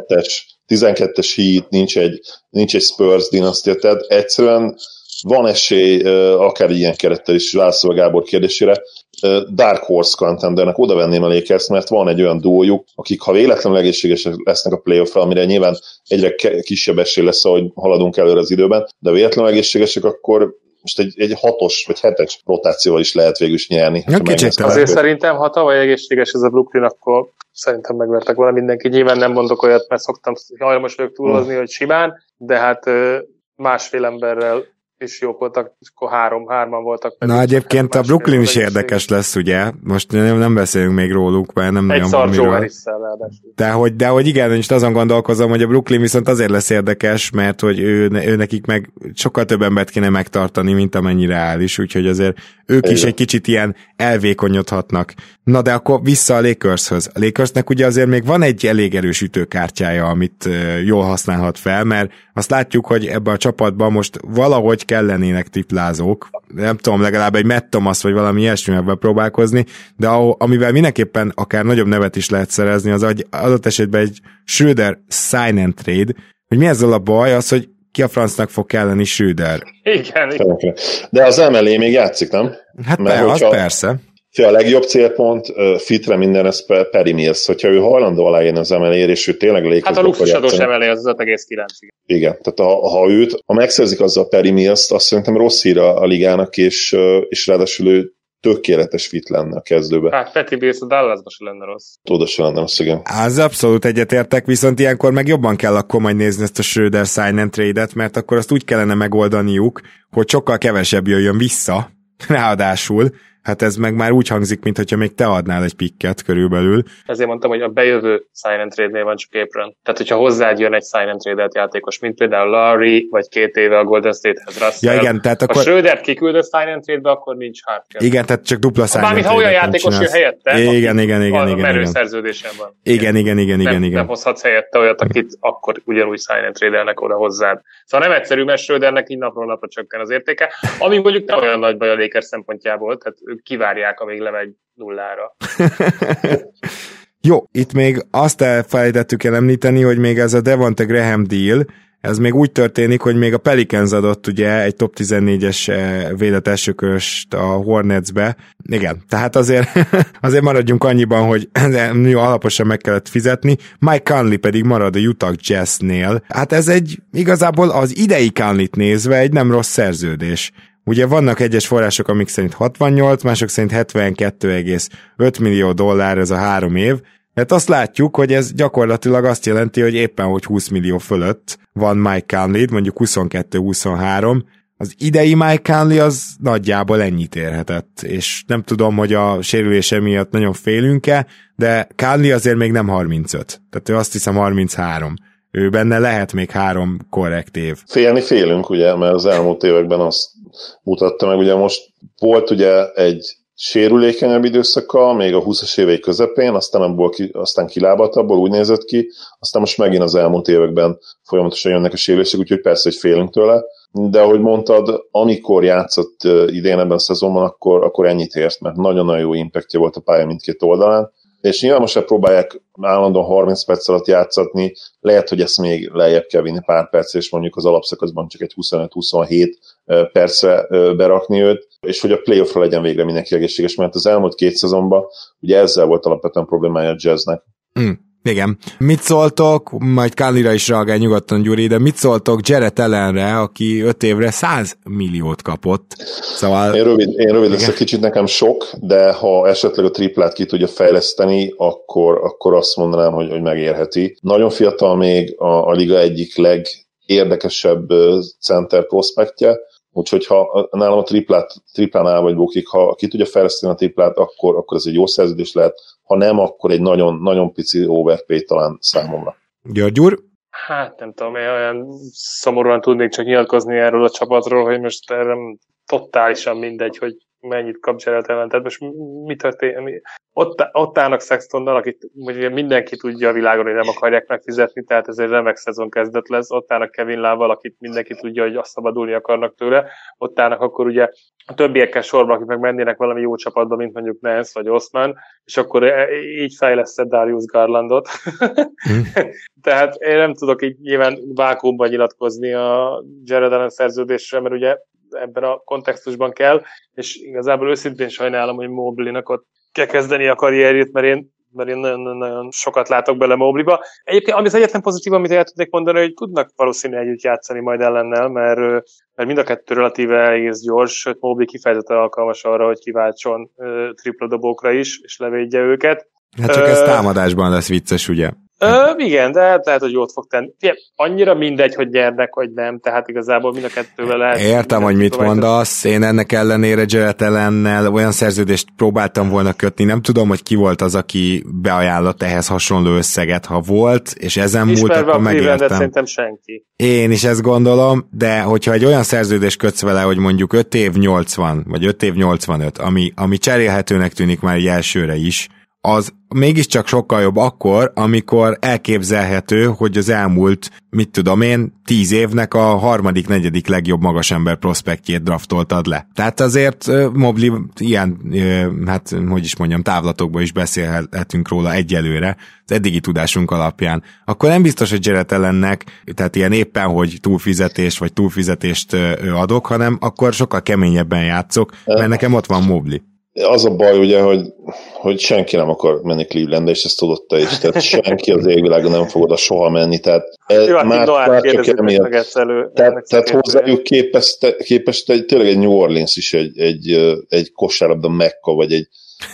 12-es Heat, nincs egy Spurs dinasztia, tehát egyszerűen van esély, akár ilyen kerettel is, László Gábor kérdésére, Dark Horse contendernek oda venném a Lakers, mert van egy olyan duójuk, akik ha véletlenül egészségesek lesznek a playoffra, amire nyilván egyre kisebb esély lesz, ahogy haladunk előre az időben, de véletlenül egészségesek, akkor most egy 6-os vagy 7-es rotációval is lehet végül is nyerni. Azért szerintem, ha tavaly egészséges ez a Brooklyn, akkor szerintem megvertek volna mindenki. Nyilván nem mondok olyat, mert szoktam hajlamos vagyok túlozni, hogy simán, de hát másfél emberrel is jók voltak, és akkor hárman voltak. Na egyébként a Brooklyn is érdekes lesz, ugye? Most nem beszélünk még róluk, mert nem egy nagyon van miről. De hogy igen, én is azon gondolkozom, hogy a Brooklyn viszont azért lesz érdekes, mert hogy ő nekik meg sokkal több embert kéne megtartani, mint amennyi reális, úgyhogy azért ők is egy kicsit ilyen elvékonyodhatnak. Na de akkor vissza a Lakershöz. A Lakersnek ugye azért még van egy elég erős ütőkártyája, amit jól használhat fel, mert azt látjuk, hogy ebben a csapatban most valahogy kellenének triplázók. Nem tudom, legalább egy Matt Thomas vagy valami ilyesmivel próbálkozni, de amivel mindenképpen akár nagyobb nevet is lehet szerezni, az adott esetben egy Schröder sign and trade, hogy mi ezzel a baj, az, hogy ki a francnak fog kelleni Schröder. Igen. De az emellé még játszik, nem? Hát az persze. A legjobb célpont fitre minden, ez Perry Mills. Hogyha ő hajlandó aláírni az MLA-ért, és ő tényleg Lakersbe hát a luxusadós MLA az 5,9. Igen, tehát ha megszerzik azzal Perry Mills-t, azt szerintem rossz hír a ligának, és ráadásul ő tökéletes fit lenne a kezdőbe. Hát Patty Mills a Dallasba se lenne rossz. Oda se lenne rossz, igen. Az abszolút egyetértek, viszont ilyenkor meg jobban kell akkor majd nézni ezt a Schröder sign and trade-et, mert akkor azt úgy kellene megoldaniuk, hogy sokkal kevesebb jöjjön vissza, ráadásul, hát ez meg már úgy hangzik, mintha még te adnál egy picket körülbelül. Ezért mondtam, hogy a bejövő sign and trade-nél van csak Apron. Tehát, hogyha hozzád jön egy sign and trade-et játékos, mint például Larry, vagy 2 éve a Golden State-hez Russell. Ja, igen, tehát akkor... Ha Schrödert kiküldött sign and trade-be, akkor nincs hard. Igen, tehát csak dupla sign and trade-et. Bármint, ha olyan játékos jön helyette, igen. merő szerződésen van. Igen. Nem hozhatsz helyette olyat, akit akkor ugyanúgy sign and trade-elnek oda hozzád. Szóval nem egyszerű, mert Schrödernek így napról napra csökken az értéke, ami mondjuk nem olyan nagy baj a Lakers szempontjából, tehát ők kivárják, amíg lemegy 0-ra. Jó, itt még azt elfelejtettük el említeni, hogy még ez a Devonte Graham deal, ez még úgy történik, hogy még a Pelicans adott ugye egy top 14-es védett elsőköröst a Hornetsbe. Igen, tehát azért maradjunk annyiban, hogy jó, alaposan meg kellett fizetni. Mike Conley pedig marad a Utah Jazznél. Hát ez igazából az idei Conleyt nézve egy nem rossz szerződés. Ugye vannak egyes források, amik szerint 68, mások szerint 72,5 millió dollár ez a 3 év. Hát azt látjuk, hogy ez gyakorlatilag azt jelenti, hogy éppen hogy 20 millió fölött van Mike Conley, mondjuk 22-23. Az idei Mike Conley az nagyjából ennyit érhetett, és nem tudom, hogy a sérülése miatt nagyon félünk-e, de Conley azért még nem 35, tehát ő azt hiszem 33. Ő benne lehet még 3 korrekt év. Félünk, ugye, mert az elmúlt években azt mutatta meg, ugye most volt ugye egy sérülékenyebb időszaka, még a 20-as évei közepén, aztán kilábadt abból, úgy nézett ki, aztán most megint az elmúlt években folyamatosan jönnek a sérülések, úgyhogy persze, hogy félünk tőle, de ahogy mondtad, amikor játszott idén ebben a szezonban, akkor ennyit ért, mert nagyon-nagyon jó impactja volt a pálya mindkét oldalán, és nyilván most állandóan 30 perc alatt játszatni, lehet, hogy ezt még lejjebb kell vinni pár perc, és mondjuk az alapszakaszban csak egy 25-27 percre berakni őt, és hogy a playoffra legyen végre mindenki egészséges, mert az elmúlt 2 szezonban ugye ezzel volt alapvetően problémája a Jazznek. Igen. Mit szóltok, majd Conleyra is reagál nyugodtan, Gyuri, de mit szóltok Jarrett Allenre, aki 5 évre 100 milliót kapott? Szóval... Én rövid lesz, kicsit nekem sok, de ha esetleg a triplát ki tudja fejleszteni, akkor azt mondanám, hogy megérheti. Nagyon fiatal még a liga egyik legérdekesebb center prospektje, úgyhogy ha nálam a triplán áll vagy bukik, ha ki tudja fejleszteni a triplát, akkor ez egy jó szerződés lehet, ha nem, akkor egy nagyon, nagyon pici overpay talán számomra. György úr? Hát nem tudom, én olyan szomorúan tudnék csak nyilatkozni erről a csapatról, hogy most erre totálisan mindegy, hogy mennyit kap Jarrett Allen. Tehát most mi történik? Ott állnak Sextonnal, akit mindenki tudja a világon, hogy nem akarják megfizetni, tehát ez egy remek szezon kezdet lesz. Ott állnak Kevin Love-val, akit mindenki tudja, hogy azt szabadulni akarnak tőle. Ott állnak akkor ugye a többiekkel sorban, akik meg mennének valami jó csapatba, mint mondjuk Nance vagy Osman, és akkor így fejlesztett Darius Garlandot. Tehát én nem tudok így nyilván vákuumban nyilatkozni a Jarrett Allen szerződésre, mert ugye ebben a kontextusban kell, és igazából őszintén sajnálom, hogy Mobley-nak ott kell kezdeni a karrierjét, mert én nagyon sokat látok bele Mobley-ba. Egyébként, ami az egyetlen pozitív, amit el tudnék mondani, hogy tudnak valószínűleg együtt játszani majd Allennel, mert mind a kettő relatíve egész gyors, sőt Mobley kifejezetten alkalmas arra, hogy kiváltson tripla dobókra is, és levédje őket. Hát csak ez támadásban lesz vicces, ugye? Igen, de lehet, hogy jót fog tenni. Annyira mindegy, hogy gyernek, vagy nem, tehát igazából mind a kettővel lehet. Értem, hogy mit mondasz. Én ennek ellenére Jarrett Allennel olyan szerződést próbáltam volna kötni. Nem tudom, hogy ki volt az, aki beajánlott ehhez hasonló összeget, ha volt, és ezen múlt, akkor megértem. Szerintem senki. Én is ezt gondolom, de hogyha egy olyan szerződést kötsz vele, hogy mondjuk 5 év 80, vagy 5 év 85, ami cserélhetőnek tűnik már egy elsőre is, az mégiscsak sokkal jobb akkor, amikor elképzelhető, hogy az elmúlt, 10 évnek a harmadik, negyedik legjobb magasember prospektjét draftoltad le. Tehát azért Mobley ilyen, távlatokban is beszélhetünk róla egyelőre, az eddigi tudásunk alapján. Akkor nem biztos, hogy Jarrett Allennek, tehát ilyen éppen, hogy túlfizetést adok, hanem akkor sokkal keményebben játszok, mert nekem ott van Mobley. az a baj ugye, hogy senki nem akar menni Clevelandbe, és ezt tudod te is, tehát senki az égvilágon nem fog oda soha menni, tehát már csak emiatt. Tehát hozzájuk képest tényleg egy New Orleans is egy kosárlabda Mekka, vagy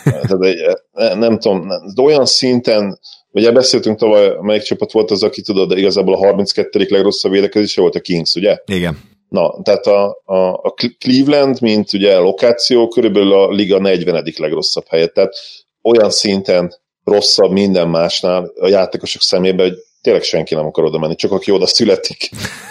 nem tudom, de olyan szinten, ugye beszéltünk tavaly, melyik csapat volt az, aki tudod, de igazából a 32. legrosszabb védekezése volt a Kings, ugye? Igen. Na, tehát a Cleveland, mint ugye lokáció, körülbelül a liga 40. legrosszabb helye, tehát olyan szinten rosszabb minden másnál a játékosok szemében, hogy tényleg senki nem akar oda menni, csak aki oda születik.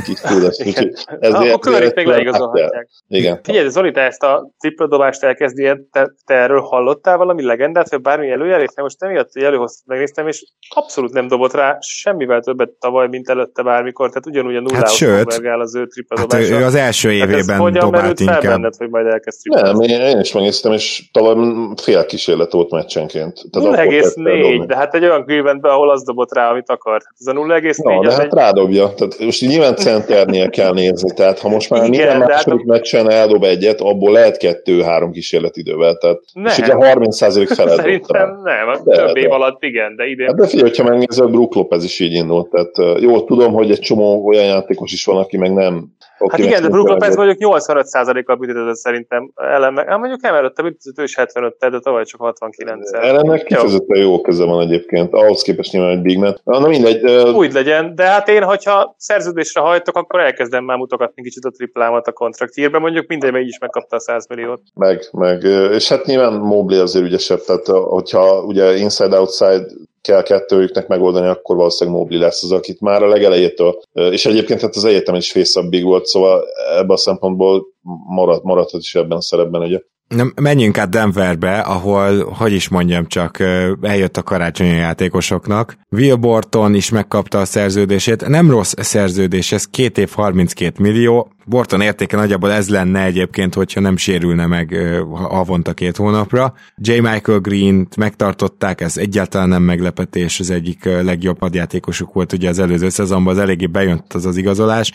Akkor Curryt még leigazolhatják. Igen. Figyelj, Zoli, te ezt a tripladobást elkezdi, te erről hallottál valami legendát, vagy bármi előjelést? Most emiatt előhoztat megnéztem, és abszolút nem dobott rá semmivel többet tavaly, mint előtte bármikor, tehát ugyanúgy a nullához konvergál az ő tripladobása. Ő az első évében dobált inkább. Benned, hogy majd elkezd triplázni? Nem, én is megnéztem, és tavaly fél kísérlet volt meccsenként. 0,4, de hát egy olyan Clevelandben, ahol az dobott rá, amit akart. Ez a 0,4. De hát rádobja. Tehát most nyilván centernél kell nézni. Tehát ha most már minden második meccsen eldob egyet, abból lehet 2-3 kísérletidővel. Tehát, és ugye 30% felett. Szerintem nem, több év alatt igen, de idén... Hát de figyelj, hogyha megnézed, Brook Lopez is így indult. Tehát jó, tudom, hogy egy csomó olyan játékos is van, aki meg nem... Hát igen, de Brook Lopez mondjuk 85%-kal büntetett szerintem ellen, mondjuk emelőtte büntetett ő is 75-tel, de tavaly csak 69-el. Ellennek kifejezetten jó keze van egyébként, ahhoz képest nyilván egy big man. Na mindegy. Úgy legyen, de hát én, hogyha szerződésre hajtok, akkor elkezdem már mutogatni kicsit a triplámat a kontraktírbe, mondjuk mindegy, meg így is megkapta a 100 milliót. Meg, és hát nyilván Mobley azért ügyesebb, tehát hogyha ugye inside-outside kell kettőjüknek megoldani, akkor valószínűleg Mobley lesz az, akit már a legelejétől, és egyébként hát az egyetem is face-up big volt, szóval ebben a szempontból maradhat is ebben a szerepben, ugye. Menjünk át Denverbe, ahol, hogy is mondjam csak, eljött a karácsonyi játékosoknak. Will Borton is megkapta a szerződését. Nem rossz szerződés, ez 2 év 32 millió. Borton értéke nagyjából ez lenne egyébként, hogyha nem sérülne meg havonta 2 hónapra. J. Michael Green-t megtartották, ez egyáltalán nem meglepetés, az egyik legjobb padjátékosuk volt ugye az előző szezonban, az eléggé bejött az igazolás.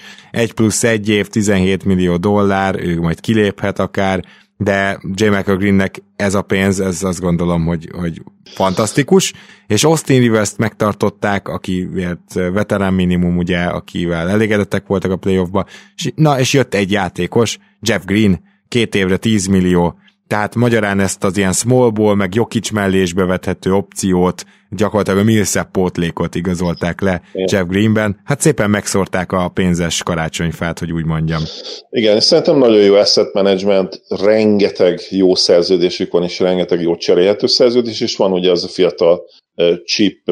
1+1 év, 17 millió dollár, ő majd kiléphet akár, de J. Michael Greennek ez a pénz, ez azt gondolom, hogy fantasztikus, és Austin Rivers-t megtartották, aki veterán minimum, ugye, akivel elégedettek voltak a playoffba, és jött egy játékos, Jeff Green, 2 évre 10 millió, tehát magyarán ezt az ilyen small ball, meg Jokic mellé is bevethető opciót, gyakorlatilag a Millsap pótlékot igazolták le Jeff Greenben. Hát szépen megszórták a pénzes karácsonyfát, hogy úgy mondjam. Igen, és szerintem nagyon jó asset management, rengeteg jó szerződésük van, és rengeteg jó cserélhető szerződés, és van ugye az a fiatal chip,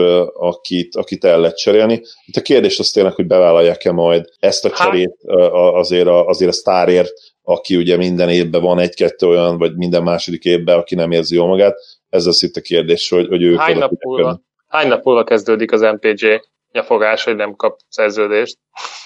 akit el lehet cserélni. Itt a kérdés az tényleg, hogy bevállalják-e majd ezt a cserét azért a sztárért, aki ugye minden évben van 1-2 olyan, vagy minden második évben, aki nem érzi jól magát. Ez az itt a kérdés, hogy ők... Hány nap múlva kezdődik az MPJ nyafogás, hogy nem kap szerződést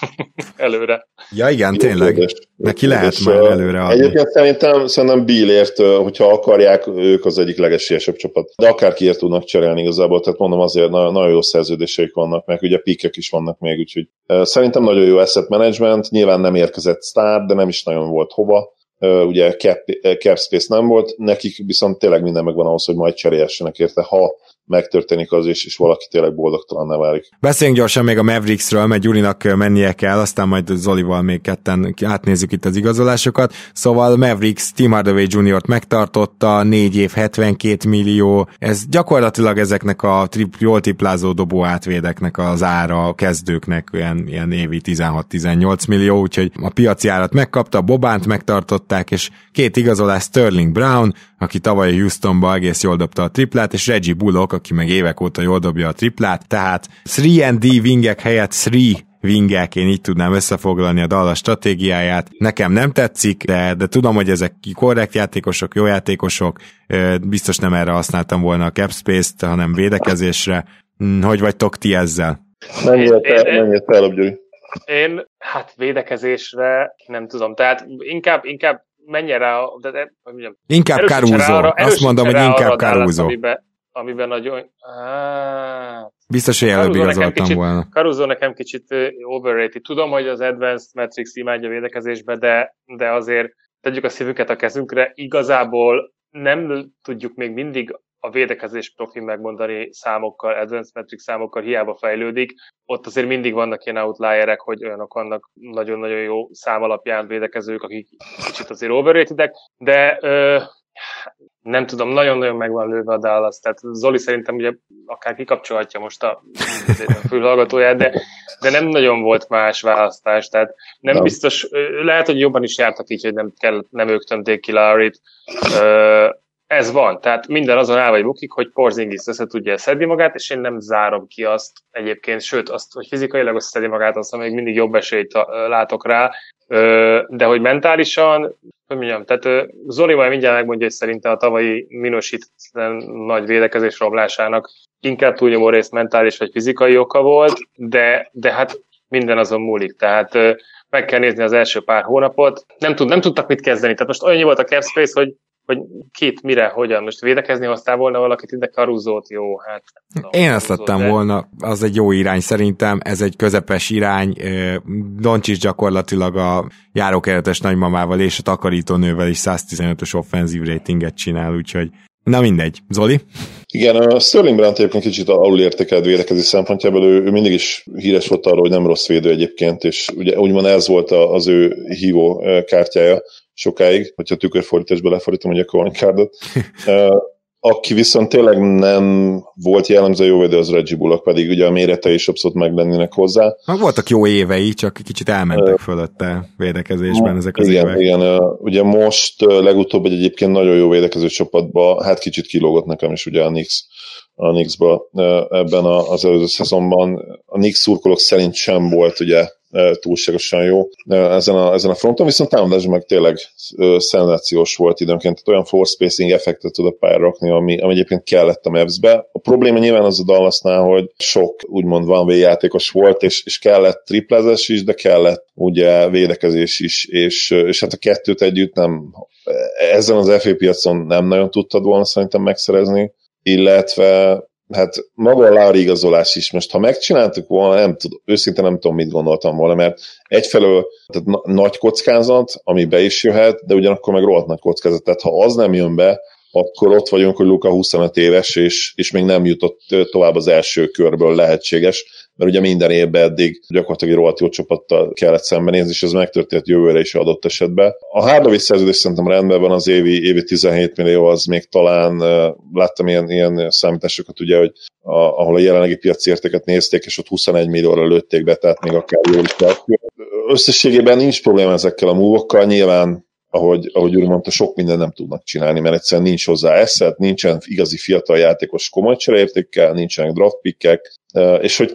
előre? Ja igen, tényleg. Neki lehet már előre adni. Egyébként szerintem Billért, hogyha akarják, ők az egyik legesélyesebb csapat. De akárkiért tudnak cserélni igazából, tehát mondom azért nagyon jó szerződéseik vannak, meg ugye pikek is vannak még, úgyhogy szerintem nagyon jó asset management, nyilván nem érkezett sztár, de nem is nagyon volt hova. Ugye cap space nem volt, nekik viszont tényleg minden megvan ahhoz, hogy majd cseréljessenek érte, ha megtörténik az is, és valaki tényleg boldogtalanná válik. Beszéljünk gyorsan még a Mavericksről, mert Gyurinak mennie kell, aztán majd Zolival még ketten átnézzük itt az igazolásokat. Szóval Mavericks Tim Hardaway Jr.-t megtartotta, 4 év 72 millió, ez gyakorlatilag ezeknek a jól triplázó dobó átvédeknek az ára a kezdőknek ilyen évi 16-18 millió, úgyhogy a piaci árat megkapta, Bobánt megtartották, és 2 igazolás Sterling Brown, aki tavaly Houstonba egész jól dobta a triplát, és Reggie Bullock, aki meg évek óta jól dobja a triplát, tehát 3&D wingek helyett 3 wingek, én így tudnám összefoglalni a Dallas stratégiáját. Nekem nem tetszik, de tudom, hogy ezek korrekt játékosok, jó játékosok, biztos nem erre használtam volna a cap space-t, hanem védekezésre. Hogy vagytok ti ezzel? Mennyire te, Gyuri? Én, hát védekezésre nem tudom, tehát inkább menjen rá, inkább Caruso. Azt mondom, hogy inkább Caruso. Amiben nagyon... Biztos, hogy előbb igazoltam volna. Caruso nekem kicsit overrated. Tudom, hogy az Advanced Matrix imádja védekezésbe, de azért tegyük a szívünket a kezünkre. Igazából nem tudjuk még mindig a védekezés profil megmondani számokkal, advanced metric számokkal, hiába fejlődik. Ott azért mindig vannak ilyen outlierek, hogy olyanok vannak nagyon-nagyon jó szám alapján védekezők, akik kicsit azért overratedek, de nem tudom, nagyon-nagyon meg van lőve a Dallas. Tehát Zoli szerintem ugye akár kikapcsolhatja most a fülhallgatóját, de nem nagyon volt más választás. Tehát nem biztos, lehet, hogy jobban is jártak így, hogy nem ők tömték ki Lowryt. Ez van, tehát minden azon áll vagy bukik, hogy Porzingis össze tudja szedni magát, és én nem zárom ki azt egyébként, sőt, azt, hogy fizikailag összeszedi magát, azt még mindig jobb esélyt látok rá, de hogy mentálisan, hogy mondjam, tehát Zoli majd mindjárt megmondja, hogy szerintem a tavalyi minősítetlen nagy védekezés romlásának inkább túlnyomó részt mentális vagy fizikai oka volt, de hát minden azon múlik, tehát meg kell nézni az első pár hónapot, nem tudtak mit kezdeni, tehát most olyan volt a cap space, hogy kit, mire, hogyan. Most védekezni hoztál volna valakit, ide Caruso-t, jó, hát... Én ezt lettem volna, az egy jó irány szerintem, ez egy közepes irány, Doncsics gyakorlatilag a járókeretes nagymamával és a takarítónővel is 115-ös offenzív ratinget csinál, úgyhogy na mindegy. Zoli? Igen, a Sterling Brown egyébként kicsit alulértékelt védekezés szempontjából, ő mindig is híres volt arról, hogy nem rossz védő egyébként, és ugye úgymond ez volt az ő hívó kártyája sokáig, hogyha tükörfordításba lefordítom, ugye a calling cardot. Aki viszont tényleg nem volt jellemző jó védő, az Reggie Bullock, pedig ugye a mérete is abszolút meglennének hozzá. Voltak jó évei, csak kicsit elmentek fölötte védekezésben ezek az évek. Igen, ugye most legutóbb egy egyébként nagyon jó védekező csapatba, hát kicsit kilógott nekem is ugye a Knicks-ba ebben az előző szezonban. A Knicks szurkolók szerint sem volt ugye túlságosan jó ezen a fronton, viszont támadásban meg tényleg szenzációs volt időnként, tehát olyan floor spacing effektet tud a pályára rakni, ami egyébként kellett a Mavs-be. A probléma nyilván az a Dallasnál, hogy sok úgymond one-way játékos volt, és kellett triplázás is, de kellett ugye védekezés is, és hát a kettőt együtt nem, ezen az FA piacon nem nagyon tudtad volna szerintem megszerezni, illetve hát maga a Lowry igazolás is. Most ha megcsináltuk volna, őszintén nem tudom, mit gondoltam volna, mert egyfelől tehát nagy kockázat, ami be is jöhet, de ugyanakkor meg rohadt nagy kockázat. Tehát ha az nem jön be, akkor ott vagyunk, hogy Luka 25 éves, és még nem jutott tovább az első körből lehetséges, mert ugye minden évben eddig gyakorlatilag egy rohadt jó csapattal kellett szembenézni, és ez megtörtént jövőre is adott esetben. A Hardaway szerződés szerintem rendben van, az évi 17 millió, az még talán láttam ilyen számításokat, ugye, hogy ahol a jelenlegi piaci értéket nézték, és ott 21 millióra lőtték be, tehát még akár jól is lehet. Összességében nincs probléma ezekkel a múvokkal, nyilván ahogy Gyuri mondta, sok mindent nem tudnak csinálni, mert egyszerűen nincs hozzá asset, nincsen igazi fiatal játékos komoly csereértékkel, nincsenek draftpickek, és hogy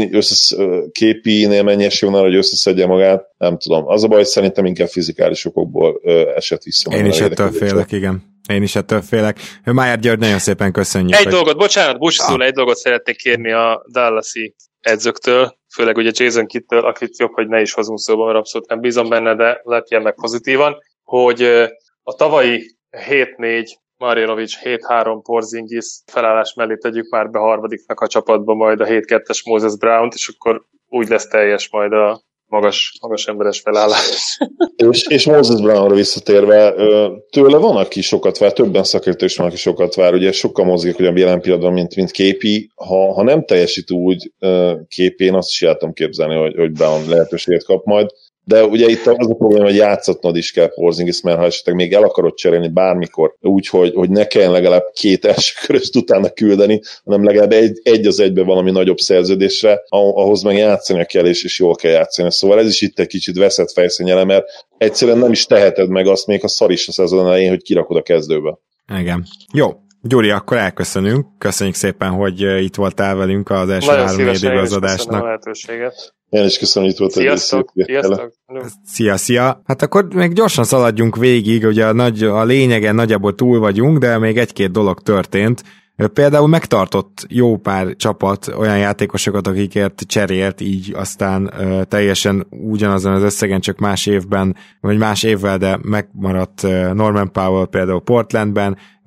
képinél mennyi esély van arra, hogy összeszedje magát, nem tudom. Az a baj, hogy szerintem inkább fizikális okokból esett vissza. Én is ettől félek, igen. Én is ettől félek. Májer György, nagyon szépen köszönjük. Egy dolgot szeretnék kérni a Dallasi edzőktől, főleg ugye Jason Kidd-től, akit jobb, hogy ne is hozunk szóba, mert abszolút nem bízom benne, de lepjen meg pozitívan, hogy a tavalyi 7-4 Marjanovic 7-3 Porzingis felállás mellé tegyük már be harmadiknak a csapatba majd a 7-2-es Moses Brown-t, és akkor úgy lesz teljes majd a magas emberes felállás. és Moses Brownra visszatérve, tőle van, aki sokat vár, többen szakértő is van, aki sokat vár, ugye sokkal mozgik, hogy a jelen pillanatban, mint képi, ha nem teljesít úgy képén, azt is el tudom képzelni, hogy Brown lehetőséget kap majd. De ugye itt az a probléma, hogy játszatnod is kell Porzingis, mert ha esetleg még el akarod cserélni bármikor, úgy, hogy ne kelljen legalább 2 első köröst utána küldeni, hanem legalább egy az egybe valami nagyobb szerződésre, ahhoz meg játszani kell, és jól kell játszani. Szóval ez is itt egy kicsit veszett fejszényele, mert egyszerűen nem is teheted meg azt még a szar is a szezon elején, hogy kirakod a kezdőbe. Igen. Jó. Gyuri, akkor elköszönünk. Köszönjük szépen, hogy itt voltál velünk az első 3-4 az adásnak. Én is köszönöm, hogy itt voltál. Sziasztok! Szia! Hát akkor még gyorsan szaladjunk végig, ugye a lényegen nagyjából túl vagyunk, de még egy-két dolog történt. Például megtartott jó pár csapat olyan játékosokat, akikért cserélt, így aztán teljesen ugyanazon az összegen, csak más évben, vagy más évvel, de megmaradt Norman Powell például Portlandben,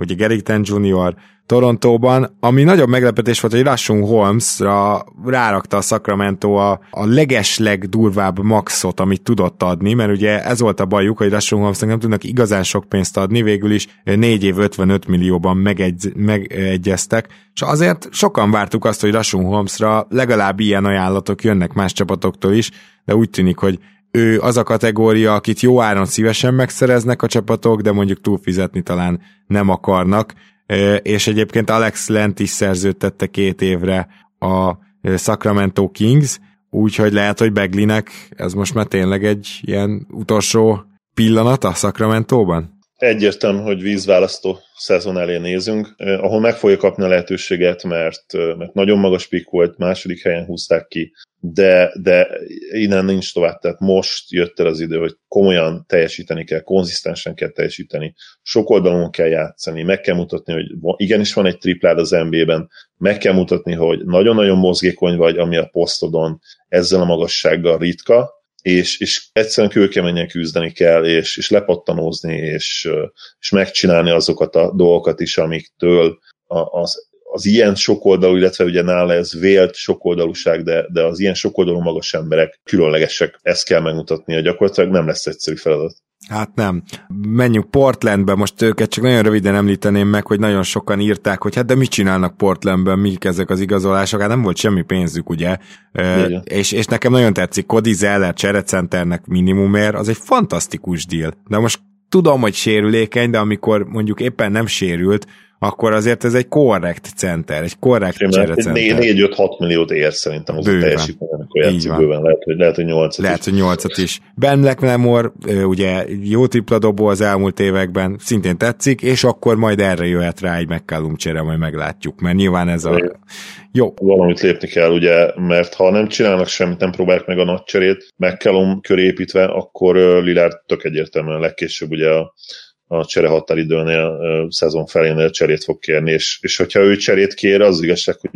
ugye Garrett Jr. Torontóban, ami nagyobb meglepetés volt, hogy Rashun Holmesra rárakta a Sacramento a legesleg durvább maxot, amit tudott adni, mert ugye ez volt a bajuk, hogy Rashun Holmesnak nem tudnak igazán sok pénzt adni, végül is 4 év 55 millióban megegyeztek, és azért sokan vártuk azt, hogy Rashun Holmesra legalább ilyen ajánlatok jönnek más csapatoktól is, de úgy tűnik, hogy ő az a kategória, akit jó áron szívesen megszereznek a csapatok, de mondjuk túlfizetni talán nem akarnak, és egyébként Alex Lent is szerződtette 2 évre a Sacramento Kings, úgyhogy lehet, hogy Bagleynek ez most már tényleg egy ilyen utolsó pillanat a Sacramentóban? Egyértelmű, hogy vízválasztó szezon elé nézünk, ahol meg fogja kapni a lehetőséget, mert nagyon magas pick volt, második helyen húzták ki, de innen nincs tovább, tehát most jött el az idő, hogy komolyan teljesíteni kell, konzisztensen kell teljesíteni, sok oldalon kell játszani, meg kell mutatni, hogy igenis van egy triplád az NBA-ben, meg kell mutatni, hogy nagyon-nagyon mozgékony vagy, ami a posztodon ezzel a magassággal ritka, és egyszerűen kőkeményen küzdeni kell, és lepattanózni, és megcsinálni azokat a dolgokat is, amiktől az ilyen sokoldalú, illetve ugye nála ez vélt sokoldalúság, de az ilyen sokoldalú magas emberek különlegesek. Ezt kell megmutatnia, gyakorlatilag nem lesz egyszerű feladat. Hát nem. Menjünk Portlandbe, most őket csak nagyon röviden említeném meg, hogy nagyon sokan írták, hogy hát de mit csinálnak Portlandben, mik ezek az igazolások, hát nem volt semmi pénzük, ugye? És nekem nagyon tetszik, Cody Zeller cserecenternek minimumért, az egy fantasztikus deal. De most tudom, hogy sérülékeny, de amikor mondjuk éppen nem sérült, akkor azért ez egy korrekt center, egy korrekt cserecenter. 4-5-6 milliót ér szerintem az a teljesítmény, amikor játszik bőven. Lehet, hogy 8-at lehet, hogy 8-at is. Ben McLemore, ugye jó tripladobó az elmúlt években, szintén tetszik, és akkor majd erre jöhet rá egy McCallum csere, majd meglátjuk, mert nyilván ez a... Jó. Valamit lépni kell, ugye, mert ha nem csinálnak semmit, nem próbálják meg a nagy cserét, McCallum köré építve, akkor Lillard tök egyértelműen legkésőbb ugye a csere határidőnél, szezon felénél cserét fog kérni, és hogyha ő cserét kér, az igazság, hogy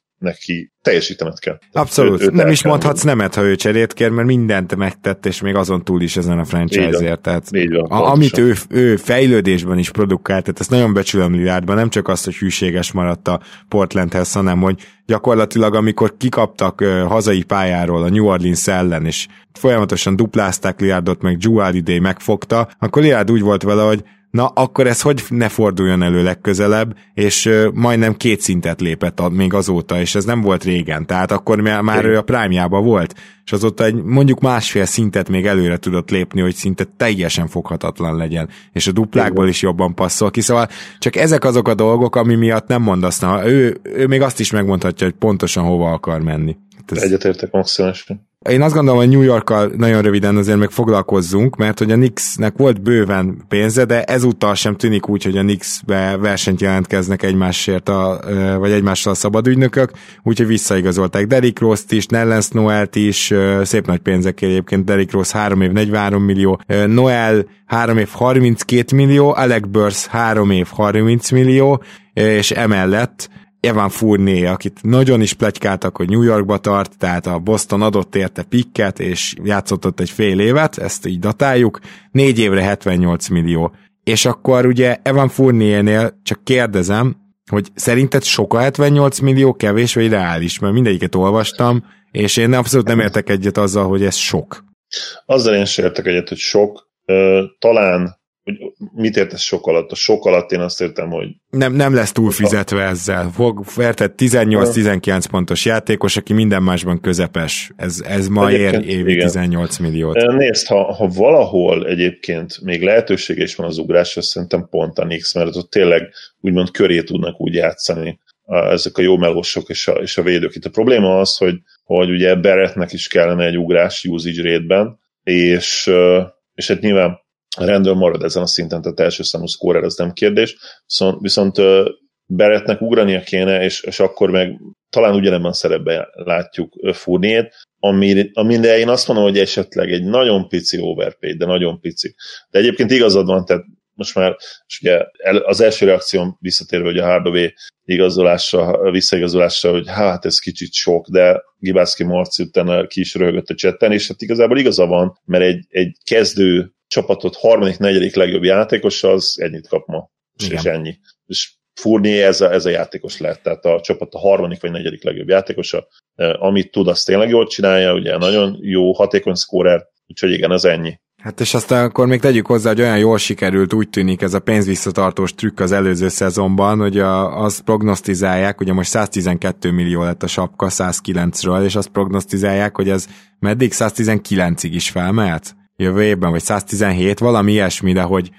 neki teljesítenet kell. Abszolút. Őt nem is mondhatsz nemet, ha ő cserét kér, mert mindent megtett, és még azon túl is ezen a franchise-ért. Tehát amit ő fejlődésben is produkált, tehát ezt nagyon becsülöm Lillardban, nem csak azt, hogy hűséges maradt a Portlandhez, hanem hogy gyakorlatilag amikor kikaptak hazai pályáról a New Orleans ellen, és folyamatosan duplázták Lillardot, meg Jrue Holiday megfogta, akkor Lillard úgy volt vele, hogy na, akkor ez hogy ne forduljon elő legközelebb, és majdnem 2 szintet lépett még azóta, és ez nem volt régen, tehát akkor már ő a prime-jában volt, és azóta mondjuk 1,5 szintet még előre tudott lépni, hogy szinte teljesen foghatatlan legyen, és a duplákból is jobban passzol ki, szóval csak ezek azok a dolgok, ami miatt nem mondasz, na, ő még azt is megmondhatja, hogy pontosan hova akar menni. Egyetértek maximálisan. Én azt gondolom, hogy New Yorkkal nagyon röviden azért meg foglalkozzunk, mert hogy a Knicksnek volt bőven pénze, de ezúttal sem tűnik úgy, hogy a Knicksbe versenyt jelentkeznek egymásért, vagy egymással a szabadügynökök, úgyhogy visszaigazolták Derrick Rose-t is, Nerlens Noelt is, szép nagy pénzekért egyébként, Derrick Rose 3 év 43 millió, Noel 3 év 32 millió, Alec Burks 3 év 30 millió, és emellett Evan Fournier, akit nagyon is pletykáltak, hogy New Yorkba tart, tehát a Boston adott érte pikket, és játszott ott egy fél évet, ezt így datáljuk, 4 évre 78 millió. És akkor ugye Evan Fourniernél csak kérdezem, hogy szerinted sok a 78 millió, kevés vagy reális? Mert mindegyiket olvastam, és én abszolút nem értek egyet azzal, hogy ez sok. Azzal én sem értek egyet, hogy sok. Talán mit értesz sok alatt? A sok alatt én azt értem, hogy... Nem lesz túlfizetve ezzel. Érted 18-19 pontos játékos, aki minden másban közepes. Ez ma ér évi 18 milliót. Nézd, ha valahol egyébként még lehetősége is van az ugrásra, szerintem pont a Knicks, mert ott tényleg úgymond köré tudnak úgy játszani ezek a jó melósok és a védők. Itt a probléma az, hogy ugye Barrettnek is kellene egy ugrás usage rate-ben, és hát nyilván rendőr marad ezen a szinten, tehát első számú scorer, ez nem kérdés, viszont Barrettnek ugrania kéne, és akkor meg talán ugyanebben a szerepben látjuk Fourniert, amire én azt mondom, hogy esetleg egy nagyon pici overpaid, de nagyon pici. De egyébként igazad van, tehát most már és ugye az első reakcióm visszatérve, hogy a Hardaway visszaigazolásra, hogy hát ez kicsit sok, de Gibászki Marci utána ki is röhögött a chatten, és hát igazából igaza van, mert egy kezdő csapatot 3.-4. legjobb játékos, az ennyit kap ma. és ennyi. És Fournier ez a játékos lett, tehát a csapat a harmadik vagy negyedik legjobb játékosa. Amit tud, azt tényleg jól csinálja, ugye nagyon jó, hatékony szkórer, úgyhogy igen, az ennyi. Hát és aztán akkor még tegyük hozzá, hogy olyan jól sikerült, úgy tűnik ez a pénzvisszatartós trükk az előző szezonban, hogy azt prognosztizálják, ugye most 112 millió lett a sapka 109-ről, és azt prognosztizálják, hogy ez meddig 119-ig is felmehet? Jövő évben, vagy 117, valami ilyesmi, de hogy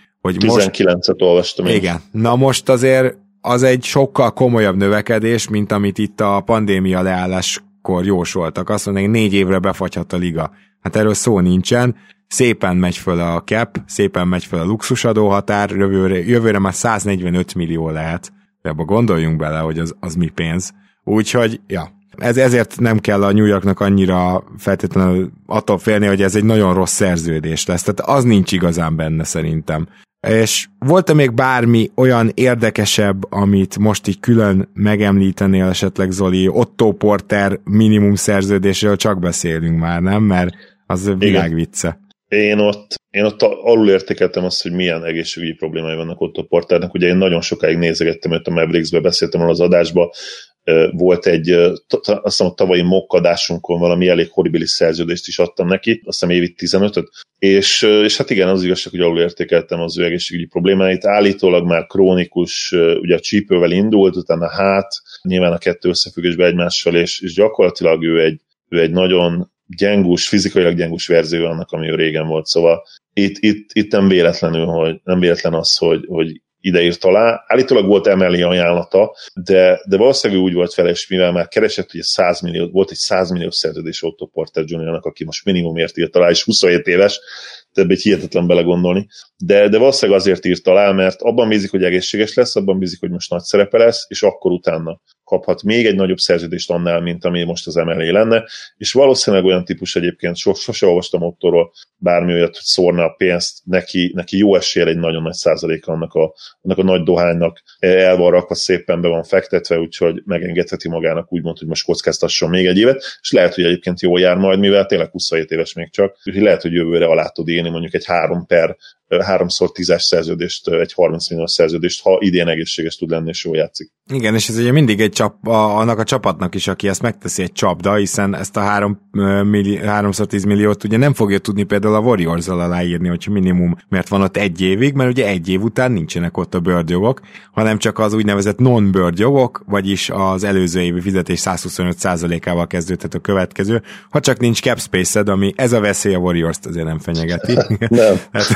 19-et olvastam. Igen. Na most azért az egy sokkal komolyabb növekedés, mint amit itt a pandémia leálláskor jósoltak. Azt mondják, 4 évre befagyhat a liga. Hát erről szó nincsen. Szépen megy föl a cap, szépen megy föl a luxusadóhatár, jövőre már 145 millió lehet. De abba gondoljunk bele, hogy az mi pénz. Úgyhogy, ja, ezért nem kell a New Yorknak annyira feltétlenül attól félni, hogy ez egy nagyon rossz szerződés lesz. Tehát az nincs igazán benne szerintem. És volt-e még bármi olyan érdekesebb, amit most így külön megemlítenél esetleg, Zoli? Otto Porter minimum szerződésről csak beszélünk már, nem? Mert az világvicce. Én ott alul értékeltem azt, hogy milyen egészségügyi problémái vannak Otto Porternek. Ugye én nagyon sokáig nézegettem őt a Mavericksbe, beszéltem róla az adásba. Volt egy, azt hiszem a tavalyi mokkadásunkon valami elég horribilis szerződést is adtam neki, azt hiszem évi 15-öt, és hát igen, az igazság, hogy alul értékeltem az ő egészségügyi problémáit. Állítólag már krónikus, ugye a csípővel indult, utána nyilván a kettő összefüggésben egymással, és gyakorlatilag ő egy nagyon gyengus, fizikailag gyengus verzió annak, ami ő régen volt, szóval itt nem véletlen az, hogy ide írt alá. Állítólag volt emeli ajánlata, de valószínűleg úgy volt fel, és mivel már keresett, hogy volt egy 100 millió szerződés Otto Porter Jr.-nak, aki most minimumért írt alá, és 27 éves, ebbe egy hihetetlen belegondolni, de valószínűleg azért írt alá, mert abban bízik, hogy egészséges lesz, abban bízik, hogy most nagy szerepe lesz, és akkor utána kaphat még egy nagyobb szerződést annál, mint ami most az MLA lenne, és valószínűleg olyan típus egyébként, sose olvastam Ottóról bármi olyat, hogy szórna a pénzt, neki jó esélye egy nagyon nagy százaléka annak a nagy dohánynak el van rakva, szépen be van fektetve, úgyhogy megengedheti magának úgymond, hogy most kockáztasson még egy évet, és lehet, hogy egyébként jól jár majd, mivel tényleg 27 éves még csak, úgyhogy lehet, hogy jövőre alá tud élni mondjuk egy 3x10-es szerződést, egy 30 milliós szerződést, ha idén egészséges tud lenni, és jól játszik. Igen, és ez ugye mindig egy annak a csapatnak is, aki ezt megteszi, egy csapda, hiszen ezt a 3x10 milliót ugye nem fogja tudni például a Warriors-zal aláírni, hogyha minimum, mert van ott 1 évig, mert ugye 1 év után nincsenek ott a bird jogok, hanem csak az úgynevezett non-bird jogok, vagyis az előző évi fizetés 125%-ával kezdődhet a következő, ha csak nincs cap space-ed, ami ez a veszély a Warriors-t azért nem fenyegeti. Nem.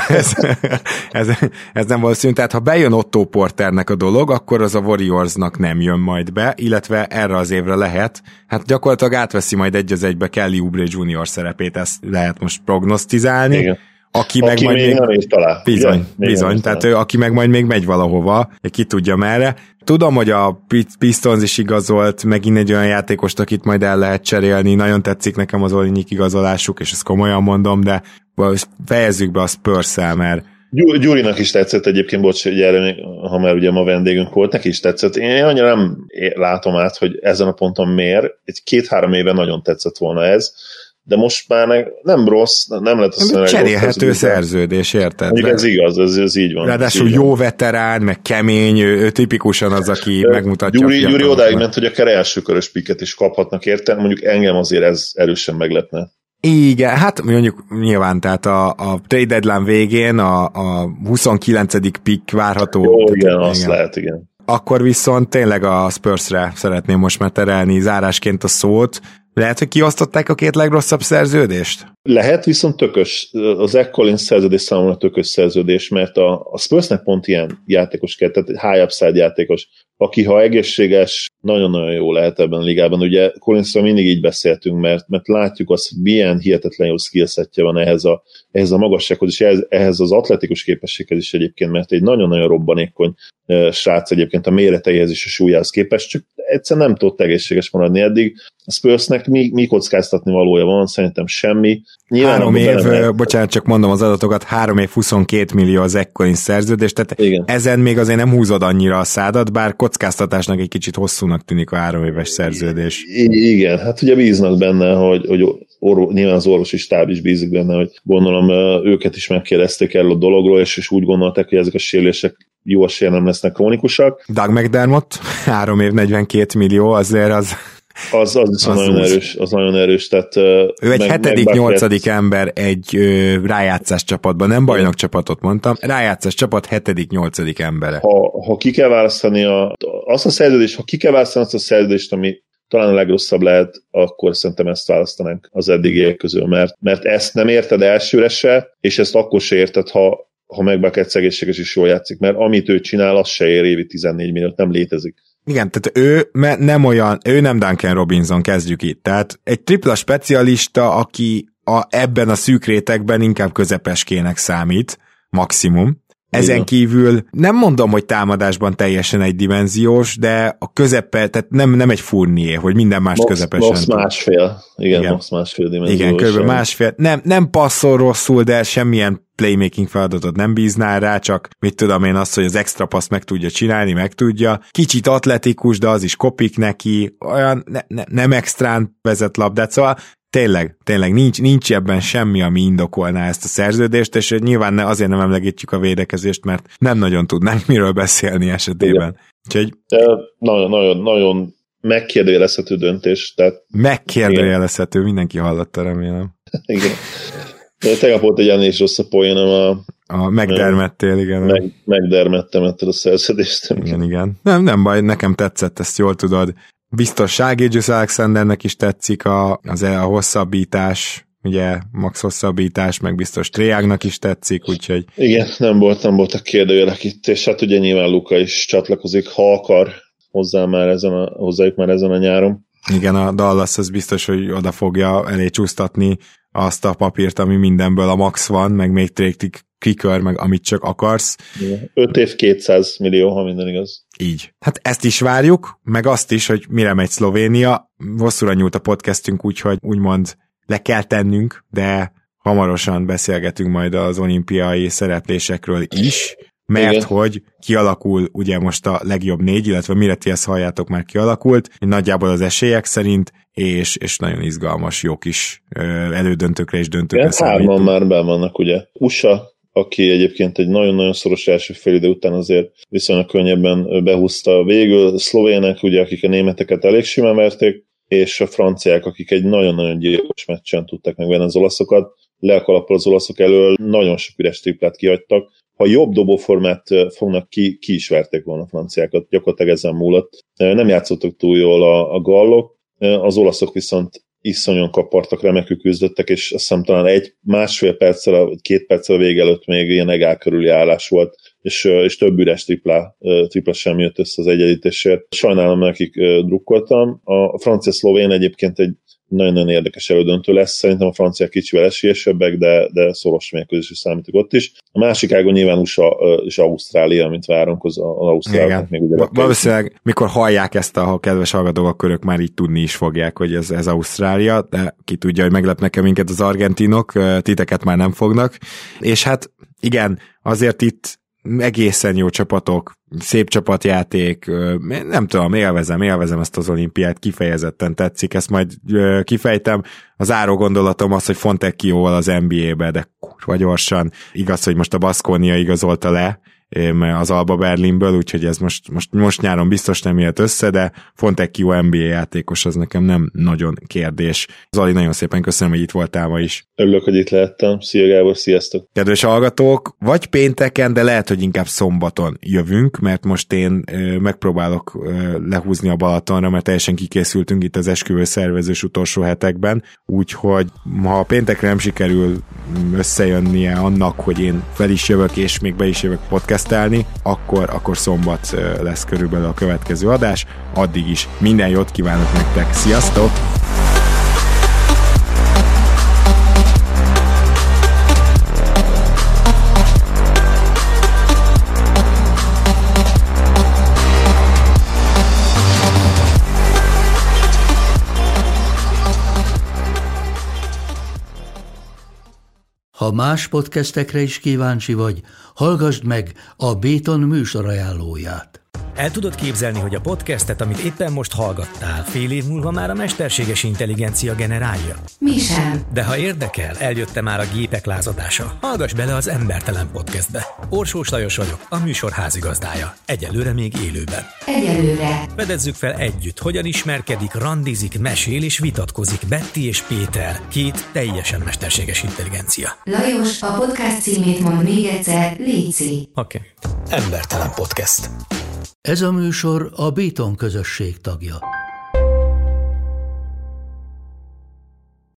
Ez nem valószínű, tehát ha bejön Otto Porternek a dolog, akkor az a Warriorsnak nem jön majd be, illetve erre az évre lehet, hát gyakorlatilag átveszi majd egy az egybe Kelly Oubre Jr. szerepét, ezt lehet most prognosztizálni. Igen. Aki meg majd még nem írt alá. Bizony, tehát aki meg majd még megy valahova, ki tudja merre. Tudom, hogy a Pistons is igazolt megint egy olyan játékost, akit majd el lehet cserélni, nagyon tetszik nekem az Olynyik igazolásuk, és ezt komolyan mondom, de fejezzük be a Spurs-szel, mert Gyurinak is tetszett egyébként, bocs, hogy erre, ha már ugye ma vendégünk volt, neki is tetszett. Én annyira nem látom át, hogy ezen a ponton miért. Egy 2-3 éve nagyon tetszett volna ez, de most már nem rossz, nem lehet azt mondani, cserélhető szerződés, érted? Mondjuk ez igaz, ez így van. Ráadásul jó veterán, meg kemény, ő tipikusan az, aki megmutatja. Gyuri odáig ment, hogy akár első körös piket is kaphatnak érte, mondjuk engem azért ez erősen meglepne. Igen, hát mondjuk nyilván, tehát a trade deadline végén a 29. pick várható. Jó, igen, azt lehet, igen. Akkor viszont tényleg a Spursre szeretném most már terelni zárásként a szót. Lehet, hogy kiosztották a 2 legrosszabb szerződést? Lehet, viszont tökös. Az Zach Collins szerződés számomra tökös szerződés, mert a Spursnek pont ilyen játékos kell, tehát high upside játékos, aki ha egészséges, nagyon-nagyon jó lehet ebben a ligában. Ugye Collinsról mindig így beszéltünk, mert látjuk azt, hogy milyen hihetetlen jó skillsetje van ehhez a magassághoz, és ehhez az atletikus képességhez is egyébként, mert egy nagyon-nagyon robbanékony srác egyébként a méreteihez és a súlyához képest, csak egyszerűen nem tudott egészséges maradni eddig. A Spursnek mi kockáztatni valója van, szerintem semmi. Nyilván 3 év, bocsánat, csak mondom az adatokat, 3 év 22 millió az Zach Collins szerződés, tehát igen. Ezen még azért nem húzod annyira a szádat, bár kockáztatásnak egy kicsit hosszúnak tűnik a 3 éves szerződés. Igen, hát ugye bíznak benne, hogy nyilván az orvosi stáb is bízik benne, hogy gondolom őket is megkérdezték erről a dologról, és úgy gondolták, hogy ezek a sérülések jó esélyen nem lesznek krónikusak. Doug McDermott, 3 év 42 millió, azért az nagyon erős, az nagyon erős. Tehát, ő egy 7.-8. ember egy rájátszás csapatban, nem bajnok csapatot mondtam, rájátszás csapat 7.-8. embere. Ha ki kell választani azt a szerződést, ami talán a legrosszabb lehet, akkor szerintem ezt választanánk az eddigiek közül, mert ezt nem érted elsőre se, és ezt akkor se érted, ha megbeket egészséges is jól játszik, mert amit ő csinál, az se ér évi 14 milliót, nem létezik. Igen, tehát ő nem Duncan Robinson, kezdjük itt. Tehát egy tripla specialista, aki ebben a szűk rétegben inkább közepeskének számít, maximum. Ezen kívül nem mondom, hogy támadásban teljesen egydimenziós, de a közepe, tehát nem egy Fournier, hogy minden más közepesen. Max másfél. Igen, Max másfél dimenziós. Igen, körülbelül másfél. Nem passzol rosszul, de semmilyen playmaking feladatot nem bíznál rá, csak mit tudom én azt, hogy az extra passz meg tudja csinálni, meg tudja. Kicsit atletikus, de az is kopik neki, olyan nem extrán vezet labdát, szóval tényleg nincs ebben semmi, ami indokolná ezt a szerződést, és nyilván azért nem emlegítjük a védekezést, mert nem nagyon tudnánk miről beszélni esetében. Úgyhogy... Nagyon megkérdőjelezhető döntés. Tehát... Megkérdőjelezhető, mindenki hallotta, remélem. Igen. Tegnap volt egy ennél is rossz a poénom a McDermettél, igen. McDermettem ettől a szerződést. Igen. Nem baj, nekem tetszett, ezt jól tudod. Biztos Shai Alexandernek is tetszik a hosszabbítás, ugye max hosszabbítás, meg biztos Trae Youngnak is tetszik, úgyhogy... Igen, nem voltak kérdőjelek itt, és hát ugye nyilván Luka is csatlakozik, ha akar hozzájuk már ezen a nyáron. Igen, a Dallas az biztos, hogy oda fogja elé csúsztatni azt a papírt, ami mindenből a max van, meg még kicker, meg amit csak akarsz. 5 év 200 millió, ha minden igaz. Így. Hát ezt is várjuk, meg azt is, hogy mire megy Szlovénia. Hosszúra nyúlt a podcastünk, úgyhogy úgymond le kell tennünk, de hamarosan beszélgetünk majd az olimpiai szereplésekről is, mert igen, hogy kialakul ugye most a legjobb 4, illetve mire ti ezt halljátok, már kialakult, nagyjából az esélyek szerint, és nagyon izgalmas, jó kis elődöntőkre és döntőkre számítunk. 3-an már benn vannak, ugye. USA, aki egyébként egy nagyon-nagyon szoros első félidő után azért viszonylag könnyebben behúzta végül, szlovének, ugye, akik a németeket elég simán verték, és a franciák, akik egy nagyon-nagyon gyilkos meccsen tudták megvenni az olaszokat, le a kalappal az olaszok elől, nagyon sok üres triplát kihagytak. Ha jobb dobóformát fognak ki is verték volna a franciákat, gyakorlatilag ezen múlott. Nem játszottak túl jól a gallok, az olaszok viszont iszonyan kapartak, remekül küzdöttek, és azt hiszem talán 1-1,5 perccel, vagy 2 perccel a vége előtt még ilyen egál körüli állás volt, és több üres tripla sem jött össze az egyenlítésért. Sajnálom, nekik drukkoltam. A francia-szlovén egyébként egy nagyon-nagyon érdekes elődöntő lesz. Szerintem a franciák kicsivel esélyesebbek, de szoros mérkőzés számítok ott is. A másik ágon nyilván USA és Ausztrália, mint várunk, az Ausztráliának még ugye. Valószínűleg, mikor hallják ezt a kedves hallgatók, akkor ők már így tudni is fogják, hogy ez Ausztrália, de ki tudja, hogy meglepnek-e minket az argentinok, titeket már nem fognak. És hát igen, azért itt egészen jó csapatok, szép csapatjáték, nem tudom, élvezem ezt az olimpiát, kifejezetten tetszik, ezt majd kifejtem. Az záró gondolatom az, hogy Fontecchioval az NBA-be, de kurva gyorsan. Igaz, hogy most a Baskonia igazolta le az Alba Berlinből, úgyhogy ez most nyáron biztos nem jött össze, de Fontecchio NBA játékos, az nekem nem nagyon kérdés. Zoli, nagyon szépen köszönöm, hogy itt voltál ma is. Örülök, hogy itt lehettem. Szia Gábor, sziasztok! Kedves hallgatók, vagy pénteken, de lehet, hogy inkább szombaton jövünk, mert most én megpróbálok lehúzni a Balatonra, mert teljesen kikészültünk itt az esküvő szervezős utolsó hetekben, úgyhogy ha péntekre nem sikerül összejönnie annak, hogy én fel is jövök, és még be is jövök podcastelni, akkor szombat lesz körülbelül a következő adás. Addig is minden jót kívánok nektek. Sziasztok! Ha más podcastekre is kíváncsi vagy, hallgassd meg a Béton műsor ajánlóját. El tudod képzelni, hogy a podcastet, amit éppen most hallgattál, fél év múlva már a mesterséges intelligencia generálja? Mi sem. De ha érdekel, eljötte már a gépek lázadása. Hallgass bele az Embertelen Podcastbe. Orsós Lajos vagyok, a műsor házigazdája. Egyelőre még élőben. Egyelőre. Fedezzük fel együtt, hogyan ismerkedik, randizik, mesél és vitatkozik Betty és Péter, két teljesen mesterséges intelligencia. Lajos, a podcast címét mond még egyszer, léci. Oké. Embertelen Podcast. Ez a műsor a Béton közösség tagja.